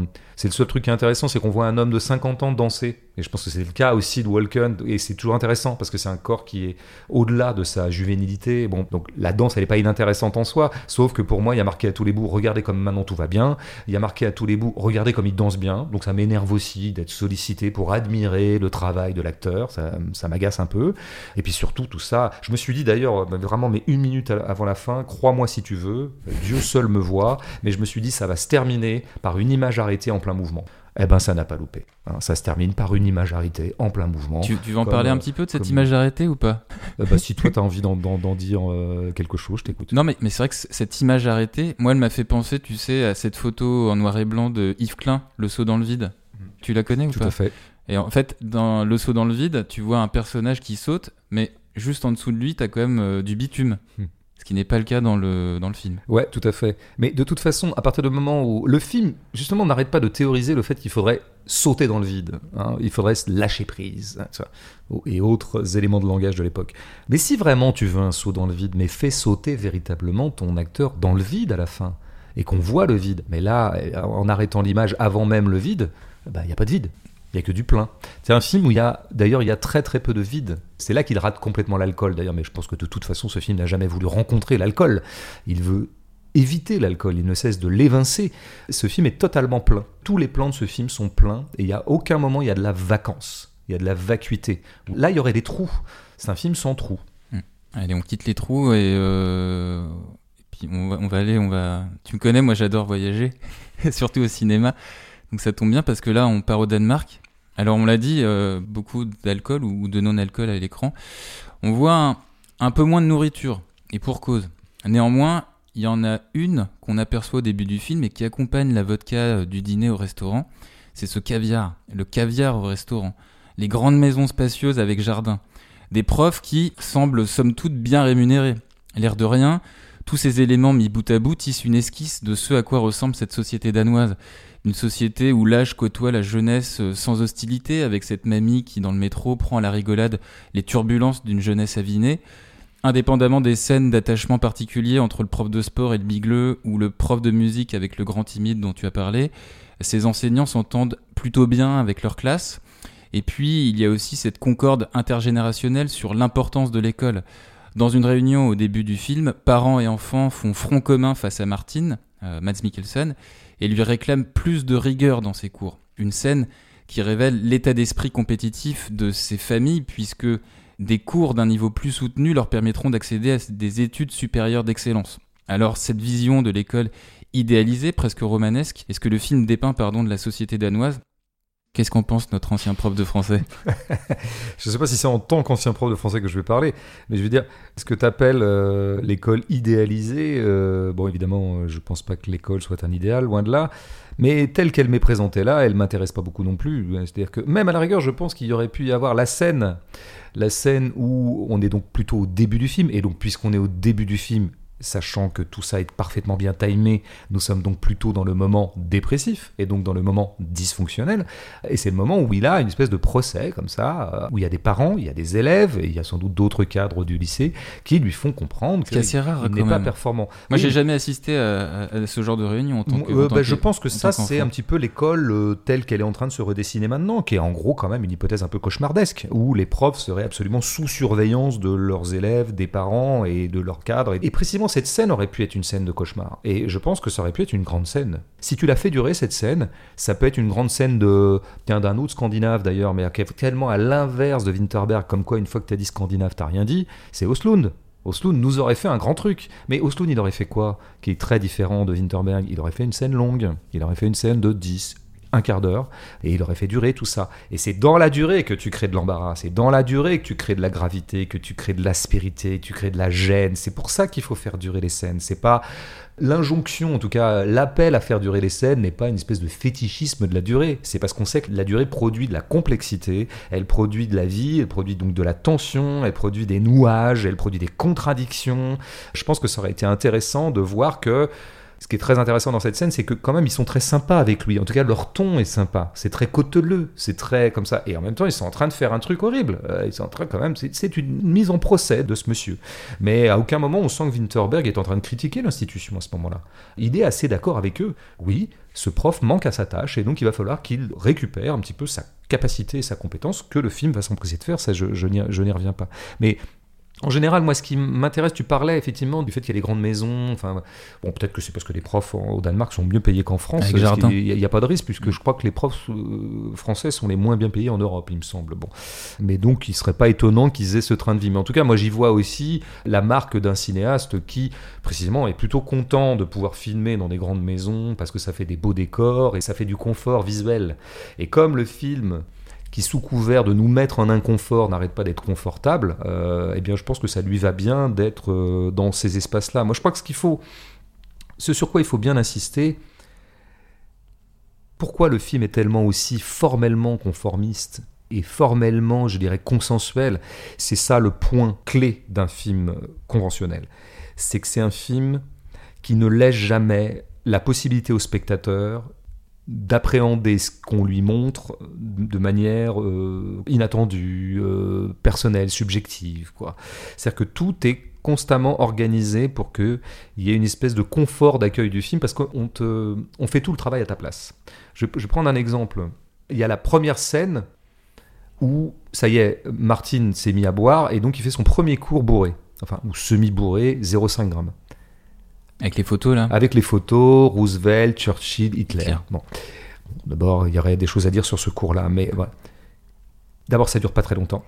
le seul truc qui est intéressant, c'est qu'on voit un homme de 50 ans danser. Et je pense que c'est le cas aussi de Walken. Et c'est toujours intéressant parce que c'est un corps qui est au-delà de sa juvénilité. Bon, donc la danse, elle n'est pas inintéressante en soi. Sauf que pour moi, il y a marqué à tous les bouts, regardez comme maintenant tout va bien. Il y a marqué à tous les bouts, regardez comme il danse bien. Donc ça m'énerve aussi d'être sollicité pour admirer le travail de l'acteur. Ça m'agace un peu. Et puis surtout, tout ça, je me suis dit d'ailleurs, vraiment, mais une minute avant la fin, crois-moi si tu veux, Dieu seul me voit. Mais je me suis dit, ça va se terminer par une image arrêtée en plein mouvement. Eh ben, ça n'a pas loupé. Ça se termine par une image arrêtée en plein mouvement. Tu veux en parler un petit peu de cette image arrêtée ou pas ? Si toi, tu as envie d'en dire quelque chose, je t'écoute. Non, mais c'est vrai que cette image arrêtée, moi, elle m'a fait penser, tu sais, à cette photo en noir et blanc de Yves Klein, Le saut dans le vide. Tu la connais ou pas ? Tout à fait. Et en fait, dans Le saut dans le vide, tu vois un personnage qui saute, mais juste en dessous de lui, tu as quand même du bitume. Ce qui n'est pas le cas dans le film. Ouais, tout à fait. Mais de toute façon, à partir du moment où le film, justement, n'arrête pas de théoriser le fait qu'il faudrait sauter dans le vide, il faudrait se lâcher prise, et autres éléments de langage de l'époque. Mais si vraiment tu veux un saut dans le vide, mais fais sauter véritablement ton acteur dans le vide à la fin, et qu'on voit le vide. Mais là, en arrêtant l'image avant même le vide, il n'y a pas de vide. Il n'y a que du plein. C'est un film où il y a très très peu de vide. C'est là qu'il rate complètement l'alcool d'ailleurs, mais je pense que de toute façon ce film n'a jamais voulu rencontrer l'alcool. Il veut éviter l'alcool, il ne cesse de l'évincer. Ce film est totalement plein. Tous les plans de ce film sont pleins et il n'y a aucun moment il y a de la vacance, il y a de la vacuité. Là il y aurait des trous. C'est un film sans trous. Allez, on quitte les trous et puis on va aller. Tu me connais, moi j'adore voyager, surtout au cinéma. Donc ça tombe bien parce que là, on part au Danemark. Alors on l'a dit, beaucoup d'alcool ou de non-alcool à l'écran. On voit un peu moins de nourriture, et pour cause. Néanmoins, il y en a une qu'on aperçoit au début du film et qui accompagne la vodka du dîner au restaurant. C'est ce caviar, le caviar au restaurant. Les grandes maisons spacieuses avec jardin. Des profs qui semblent somme toute bien rémunérés. L'air de rien, tous ces éléments mis bout à bout tissent une esquisse de ce à quoi ressemble cette société danoise. Une société où l'âge côtoie la jeunesse sans hostilité, avec cette mamie qui, dans le métro, prend à la rigolade les turbulences d'une jeunesse avinée. Indépendamment des scènes d'attachement particulier entre le prof de sport et le bigleux, ou le prof de musique avec le grand timide dont tu as parlé, ces enseignants s'entendent plutôt bien avec leur classe. Et puis, il y a aussi cette concorde intergénérationnelle sur l'importance de l'école. Dans une réunion au début du film, parents et enfants font front commun face à Martin, Mads Mikkelsen, et lui réclame plus de rigueur dans ses cours. Une scène qui révèle l'état d'esprit compétitif de ces familles, puisque des cours d'un niveau plus soutenu leur permettront d'accéder à des études supérieures d'excellence. Alors, cette vision de l'école idéalisée, presque romanesque, est ce que le film dépeint de la société danoise. Qu'est-ce qu'en pense notre ancien prof de français ? Je ne sais pas si c'est en tant qu'ancien prof de français que je vais parler, mais je veux dire, ce que tu appelles l'école idéalisée, bon évidemment, je ne pense pas que l'école soit un idéal, loin de là, mais telle qu'elle m'est présentée là, elle ne m'intéresse pas beaucoup non plus. C'est-à-dire que même à la rigueur, je pense qu'il y aurait pu y avoir la scène où on est donc plutôt au début du film, et donc puisqu'on est au début du film, sachant que tout ça est parfaitement bien timé, nous sommes donc plutôt dans le moment dépressif, et donc dans le moment dysfonctionnel, et c'est le moment où il a une espèce de procès, comme ça, où il y a des parents, il y a des élèves, et il y a sans doute d'autres cadres du lycée, qui lui font comprendre qu'il n'est pas performant. Moi, j'ai jamais assisté à ce genre de réunion en tant que... Je pense que ça, c'est un petit peu l'école telle qu'elle est en train de se redessiner maintenant, qui est en gros quand même une hypothèse un peu cauchemardesque, où les profs seraient absolument sous surveillance de leurs élèves, des parents et de leurs cadres, et précisément cette scène aurait pu être une scène de cauchemar. Et je pense que ça aurait pu être une grande scène. Si tu la fais durer, cette scène, ça peut être une grande scène d'un autre Scandinave d'ailleurs, mais tellement à l'inverse de Winterberg, comme quoi une fois que t'as dit Scandinave, t'as rien dit, c'est Östlund. Östlund nous aurait fait un grand truc. Mais Östlund, il aurait fait quoi? Qui est très différent de Winterberg. Il aurait fait une scène longue. Il aurait fait une scène de 10, un quart d'heure, et il aurait fait durer tout ça. Et c'est dans la durée que tu crées de l'embarras, c'est dans la durée que tu crées de la gravité, que tu crées de l'aspérité, tu crées de la gêne. C'est pour ça qu'il faut faire durer les scènes. C'est pas l'injonction, en tout cas l'appel à faire durer les scènes n'est pas une espèce de fétichisme de la durée. C'est parce qu'on sait que la durée produit de la complexité, elle produit de la vie, elle produit donc de la tension, elle produit des nouages, elle produit des contradictions. Je pense que ça aurait été intéressant de voir que ce qui est très intéressant dans cette scène, c'est que quand même ils sont très sympas avec lui. En tout cas, leur ton est sympa. C'est très cauteleux, c'est très comme ça. Et en même temps, ils sont en train de faire un truc horrible. Ils sont en train quand même. C'est une mise en procès de ce monsieur. Mais à aucun moment on sent que Winterberg est en train de critiquer l'institution à ce moment-là. Il est assez d'accord avec eux. Oui, ce prof manque à sa tâche et donc il va falloir qu'il récupère un petit peu sa capacité et sa compétence que le film va s'empresser de faire. Ça, je n'y reviens pas. Mais en général, moi, ce qui m'intéresse, tu parlais effectivement du fait qu'il y a les grandes maisons. Enfin, bon, peut-être que c'est parce que les profs au Danemark sont mieux payés qu'en France. Il n'y a pas de risque, puisque je crois que les profs français sont les moins bien payés en Europe, il me semble. Bon. Mais donc, il ne serait pas étonnant qu'ils aient ce train de vie. Mais en tout cas, moi, j'y vois aussi la marque d'un cinéaste qui, précisément, est plutôt content de pouvoir filmer dans des grandes maisons, parce que ça fait des beaux décors et ça fait du confort visuel. Et comme le film, qui sous couvert de nous mettre en inconfort n'arrête pas d'être confortable, eh bien je pense que ça lui va bien d'être dans ces espaces-là. Moi je crois que ce sur quoi il faut bien insister, pourquoi le film est tellement aussi formellement conformiste et formellement, je dirais, consensuel, c'est ça le point clé d'un film conventionnel. C'est que c'est un film qui ne laisse jamais la possibilité au spectateur d'appréhender ce qu'on lui montre de manière inattendue, personnelle, subjective, quoi. C'est-à-dire que tout est constamment organisé pour qu'il y ait une espèce de confort d'accueil du film, parce qu'on fait tout le travail à ta place. Je vais prendre un exemple. Il y a la première scène où, ça y est, Martin s'est mis à boire, et donc il fait son premier cours bourré, enfin, ou semi-bourré, 0,5 grammes. Avec les photos, là? Avec les photos, Roosevelt, Churchill, Hitler. Bon. D'abord, il y aurait des choses à dire sur ce cours-là, mais voilà. D'abord, ça dure pas très longtemps.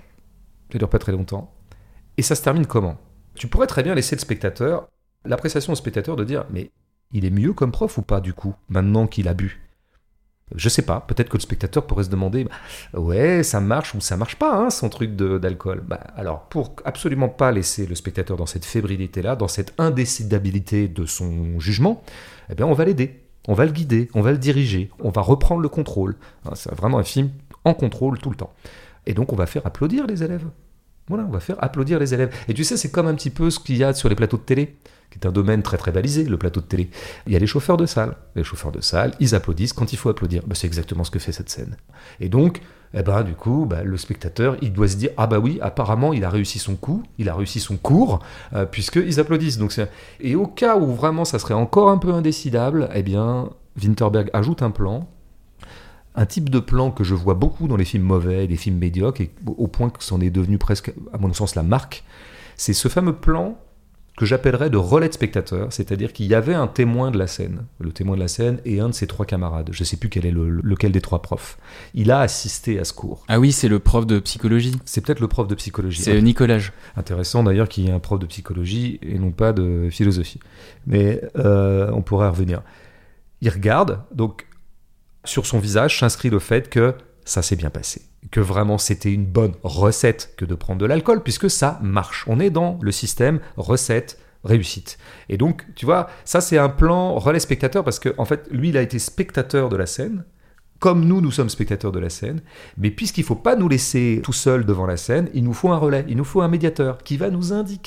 Et ça se termine comment? Tu pourrais très bien laisser l'appréciation au spectateur de dire, mais il est mieux comme prof ou pas, du coup, maintenant qu'il a bu? Je sais pas, peut-être que le spectateur pourrait se demander, ouais, ça marche ou ça marche pas, hein, son truc d'alcool. Alors, pour absolument pas laisser le spectateur dans cette fébrilité-là, dans cette indécidabilité de son jugement, eh bien, on va l'aider, on va le guider, on va le diriger, on va reprendre le contrôle. C'est vraiment un film en contrôle tout le temps. Et donc, on va faire applaudir les élèves. Voilà, on va faire applaudir les élèves. Et tu sais, c'est comme un petit peu ce qu'il y a sur les plateaux de télé, qui est un domaine très très balisé, le plateau de télé. Il y a les chauffeurs de salle. Les chauffeurs de salle, ils applaudissent quand il faut applaudir. C'est exactement ce que fait cette scène. Et donc, du coup, le spectateur, il doit se dire, ah bah oui, apparemment, il a réussi son coup, il a réussi son cours, puisqu'ils applaudissent. Et au cas où vraiment ça serait encore un peu indécidable, eh bien, Winterberg ajoute un plan, un type de plan que je vois beaucoup dans les films mauvais, les films médiocres, et au point que c'en est devenu presque, à mon sens, la marque. C'est ce fameux plan que j'appellerais de relais de spectateur, c'est-à-dire qu'il y avait un témoin de la scène. Le témoin de la scène est un de ses 3 camarades. Je ne sais plus quel est lequel des 3 profs. Il a assisté à ce cours. Ah oui, c'est le prof de psychologie. C'est peut-être le prof de psychologie. C'est Nicolas. Intéressant d'ailleurs qu'il y ait un prof de psychologie et non pas de philosophie. Mais on pourrait revenir. Il regarde, donc sur son visage s'inscrit le fait que ça s'est bien passé. Que vraiment c'était une bonne recette que de prendre de l'alcool, puisque ça marche. On est dans le système recette, réussite. Et donc, tu vois, ça c'est un plan relais spectateur, parce qu'en fait, lui, il a été spectateur de la scène, comme nous sommes spectateurs de la scène, mais puisqu'il ne faut pas nous laisser tout seuls devant la scène, il nous faut un relais, il nous faut un médiateur qui va nous indiquer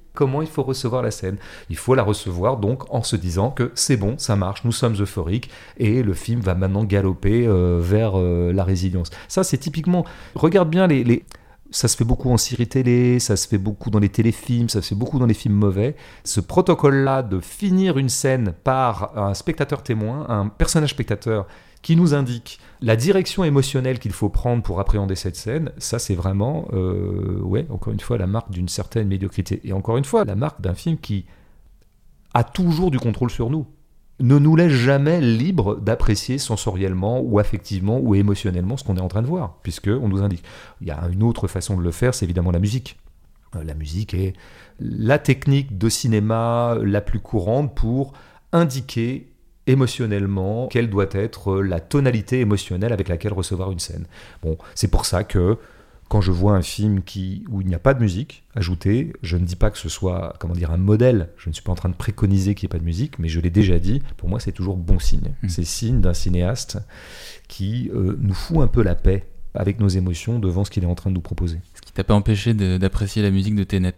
comment il faut recevoir la scène. Il faut la recevoir donc en se disant que c'est bon, ça marche, nous sommes euphoriques et le film va maintenant galoper vers la résilience. Ça, c'est typiquement... Regarde bien ça se fait beaucoup en série télé, ça se fait beaucoup dans les téléfilms, ça se fait beaucoup dans les films mauvais. Ce protocole-là de finir une scène par un spectateur témoin, un personnage spectateur qui nous indique la direction émotionnelle qu'il faut prendre pour appréhender cette scène, ça c'est vraiment, encore une fois, la marque d'une certaine médiocrité. Et encore une fois, la marque d'un film qui a toujours du contrôle sur nous. Ne nous laisse jamais libres d'apprécier sensoriellement ou affectivement ou émotionnellement ce qu'on est en train de voir, puisqu'on nous indique. Il y a une autre façon de le faire, c'est évidemment la musique. La musique est la technique de cinéma la plus courante pour indiquer émotionnellement quelle doit être la tonalité émotionnelle avec laquelle recevoir une scène. Bon, c'est pour ça que quand je vois un film où il n'y a pas de musique ajoutée, je ne dis pas que ce soit un modèle. Je ne suis pas en train de préconiser qu'il n'y ait pas de musique, mais je l'ai déjà dit, pour moi c'est toujours bon signe. C'est signe d'un cinéaste qui nous fout un peu la paix avec nos émotions devant ce qu'il est en train de nous proposer. Ce qui t'a pas empêché d'apprécier la musique de Tenet?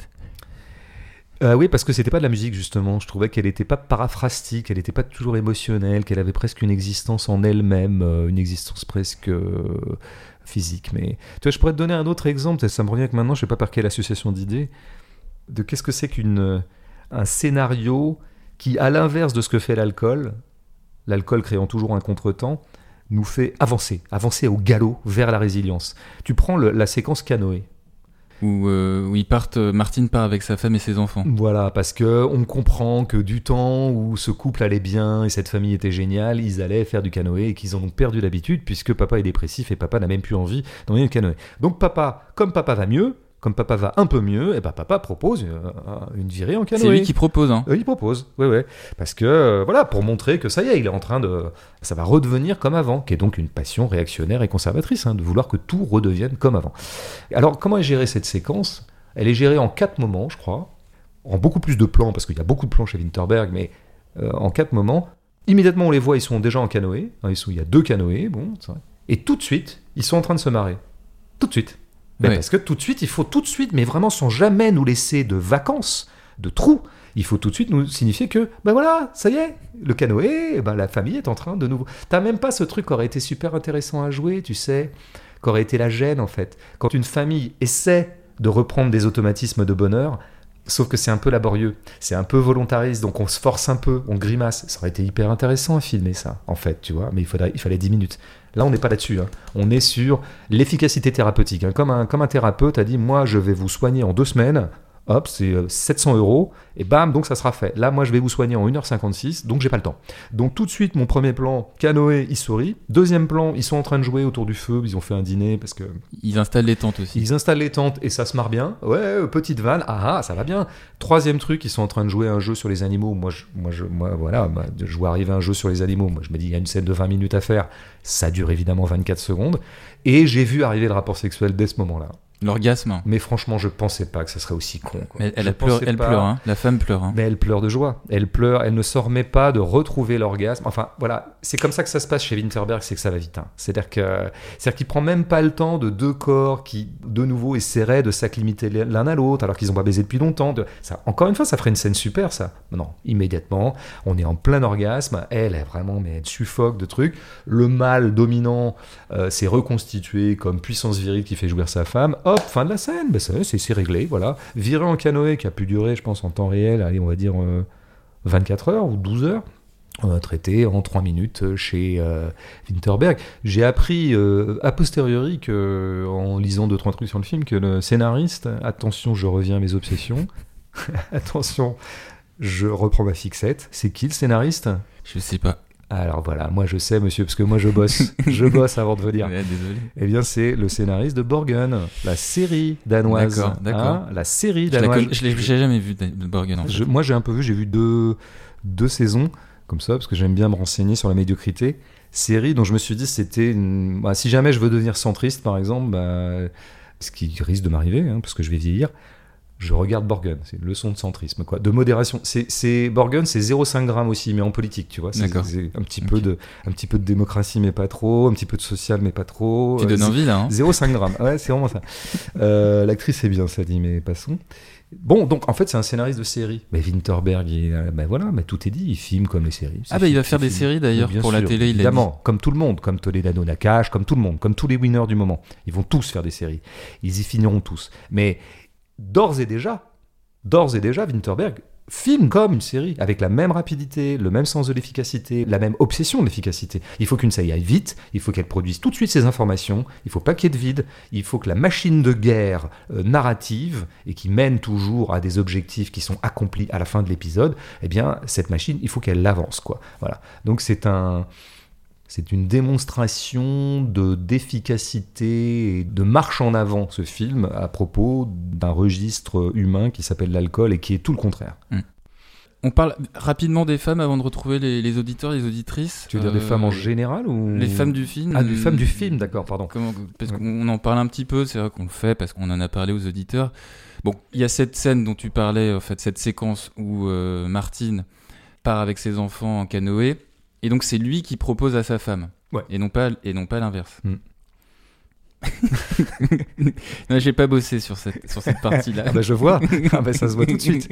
Oui, parce que c'était pas de la musique justement. Je trouvais qu'elle n'était pas paraphrastique, elle n'était pas toujours émotionnelle, qu'elle avait presque une existence en elle-même, une existence presque... physique. Mais tu vois, je pourrais te donner un autre exemple, et ça me revient que maintenant je ne sais pas par quelle association d'idées, de qu'est-ce que c'est qu'un scénario qui, à l'inverse de ce que fait l'alcool créant toujours un contretemps, nous fait avancer au galop vers la résilience. Tu prends la séquence canoë. Où Martin part avec sa femme et ses enfants. Voilà, parce qu'on comprend que du temps où ce couple allait bien et cette famille était géniale, ils allaient faire du canoë et qu'ils en ont perdu l'habitude puisque papa est dépressif et papa n'a même plus envie d'emmener le canoë. Donc comme papa va mieux, comme papa va un peu mieux, et papa propose une virée en canoë. C'est lui qui propose, hein. Il propose, ouais. Parce que, pour montrer que ça y est, il est en train ça va redevenir comme avant, qui est donc une passion réactionnaire et conservatrice, de vouloir que tout redevienne comme avant. Alors, comment est gérée cette séquence ? Elle est gérée en 4 moments, je crois, en beaucoup plus de plans, parce qu'il y a beaucoup de plans chez Winterberg, mais en 4 moments. Immédiatement, on les voit, ils sont déjà en canoë. Il y a 2 canoës, et tout de suite, ils sont en train de se marrer. Tout de suite. Ouais. Parce que il faut tout de suite, mais vraiment sans jamais nous laisser de vacances, de trous, il faut tout de suite nous signifier que, ça y est, le canoë, la famille est en train de nouveau... T'as même pas ce truc qui aurait été super intéressant à jouer, tu sais, qui aurait été la gêne, en fait. Quand une famille essaie de reprendre des automatismes de bonheur, sauf que c'est un peu laborieux, c'est un peu volontariste, donc on se force un peu, on grimace. Ça aurait été hyper intéressant à filmer ça, en fait, tu vois, mais il fallait 10 minutes. Là, on n'est pas là-dessus. On est sur l'efficacité thérapeutique. Comme un thérapeute a dit, moi, je vais vous soigner en 2 semaines. Hop, c'est 700 €, et bam, donc ça sera fait. Là, moi, je vais vous soigner en 1h56, donc j'ai pas le temps. Donc tout de suite, mon premier plan, canoë, il sourit. Deuxième plan, ils sont en train de jouer autour du feu, ils ont fait un dîner, parce que... Ils installent les tentes aussi. Ils installent les tentes, et ça se marre bien. Ouais, petite vanne, ça va bien. Troisième truc, ils sont en train de jouer à un jeu sur les animaux. Je vois arriver un jeu sur les animaux. Moi, je me dis, il y a une scène de 20 minutes à faire. Ça dure évidemment 24 secondes. Et j'ai vu arriver le rapport sexuel dès ce moment-là. L'orgasme. Mais franchement, je pensais pas que ça serait aussi con. Quoi. Mais elle pleure, hein. La femme pleure. Hein. Mais elle pleure de joie. Elle pleure, elle ne se remet pas de retrouver l'orgasme. Enfin, voilà, c'est comme ça que ça se passe chez Winterberg, c'est que ça va vite. Hein. C'est-à-dire qu'il prend même pas le temps de 2 corps qui, de nouveau, essaieraient de s'acclimater l'un à l'autre, alors qu'ils n'ont pas baisé depuis longtemps. Encore une fois, ça ferait une scène super, ça. Non, immédiatement, on est en plein orgasme. Elle suffoque de trucs. Le mâle dominant s'est reconstitué comme puissance virile qui fait jouir sa femme. Hop, fin de la scène, c'est réglé, voilà. Viré en canoë qui a pu durer, je pense, en temps réel, allez, on va dire 24 heures ou 12 heures, traité en 3 minutes chez Winterberg. J'ai appris a posteriori, en lisant 2-3 trucs sur le film, que le scénariste, attention, je reviens à mes obsessions, attention, je reprends ma fixette, c'est qui le scénariste ? Je sais pas. Alors voilà, moi je sais, monsieur, parce que moi je bosse. Je bosse avant de venir. Ouais, désolé. Eh bien, c'est le scénariste de Borgen, la série danoise. D'accord. La série danoise. Je l'ai jamais vu de Borgen, en fait. Moi, j'ai un peu vu, j'ai vu deux saisons, comme ça, parce que j'aime bien me renseigner sur la médiocrité. Série dont je me suis dit, c'était... si jamais je veux devenir centriste, par exemple, ce qui risque de m'arriver, parce que je vais vieillir, je regarde Borgen. C'est une leçon de centrisme, quoi. De modération. Borgen, c'est 0,5 grammes aussi, mais en politique, tu vois. C'est un petit peu de démocratie, mais pas trop. Un petit peu de social, mais pas trop. Tu donnes envie, là. Hein. 0,5 grammes. Ouais, c'est vraiment ça. L'actrice est bien, ça dit, mais passons. Bon, donc en fait, c'est un scénariste de série. Mais Winterberg, mais tout est dit. Il filme comme les séries. Il va faire des séries d'ailleurs pour la télé. Évidemment, comme tout le monde, comme Toledano Nakash, comme tout le monde, comme tous les winners du moment. Ils vont tous faire des séries. Ils y finiront tous. Mais d'ores et déjà, Winterberg filme comme une série, avec la même rapidité, le même sens de l'efficacité, la même obsession de l'efficacité. Il faut qu'une série aille vite, il faut qu'elle produise tout de suite ses informations, il ne faut pas qu'il y ait de vide, il faut que la machine de guerre narrative, et qui mène toujours à des objectifs qui sont accomplis à la fin de l'épisode, eh bien, cette machine, il faut qu'elle avance, quoi. Voilà. Donc c'est une démonstration d'efficacité et de marche en avant, ce film, à propos d'un registre humain qui s'appelle l'alcool et qui est tout le contraire. On parle rapidement des femmes avant de retrouver les auditeurs, les auditrices. Tu veux dire des femmes en général ou... Les femmes du film. Ah, les femmes du film, d'accord, pardon. Parce qu'on en parle un petit peu, c'est vrai qu'on le fait parce qu'on en a parlé aux auditeurs. Bon, il y a cette scène dont tu parlais, en fait, cette séquence où Martine part avec ses enfants en canoë. Et donc c'est lui qui propose à sa femme, et non pas l'inverse. Non, j'ai pas bossé sur cette partie-là. Je vois, ça se voit tout de suite.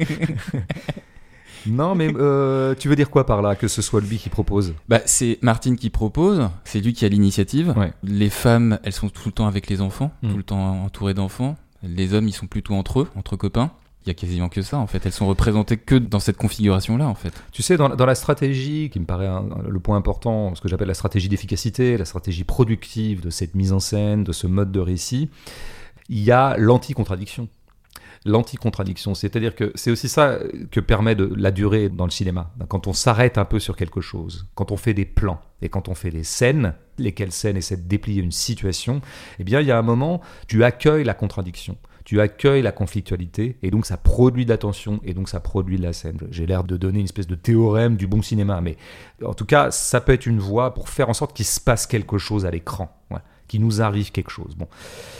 Non, mais tu veux dire quoi par là, que ce soit lui qui propose ? C'est Martine qui propose, c'est lui qui a l'initiative. Ouais. Les femmes, elles sont tout le temps avec les enfants, tout le temps entourées d'enfants. Les hommes, ils sont plutôt entre copains. Il y a quasiment que ça, en fait. Elles sont représentées que dans cette configuration-là, en fait. Tu sais, dans la stratégie, qui me paraît le point important, ce que j'appelle la stratégie d'efficacité, la stratégie productive de cette mise en scène, de ce mode de récit, il y a l'anti-contradiction. L'anti-contradiction, c'est-à-dire que c'est aussi ça que permet la durée dans le cinéma. Quand on s'arrête un peu sur quelque chose, quand on fait des plans et quand on fait des scènes, lesquelles scènes essaient de déplier une situation, eh bien, il y a un moment, tu accueilles la contradiction. Tu accueilles la conflictualité, et donc ça produit de l'attention, et donc ça produit de la scène. J'ai l'air de donner une espèce de théorème du bon cinéma, mais en tout cas, ça peut être une voie pour faire en sorte qu'il se passe quelque chose à l'écran, qu'il nous arrive quelque chose. Bon.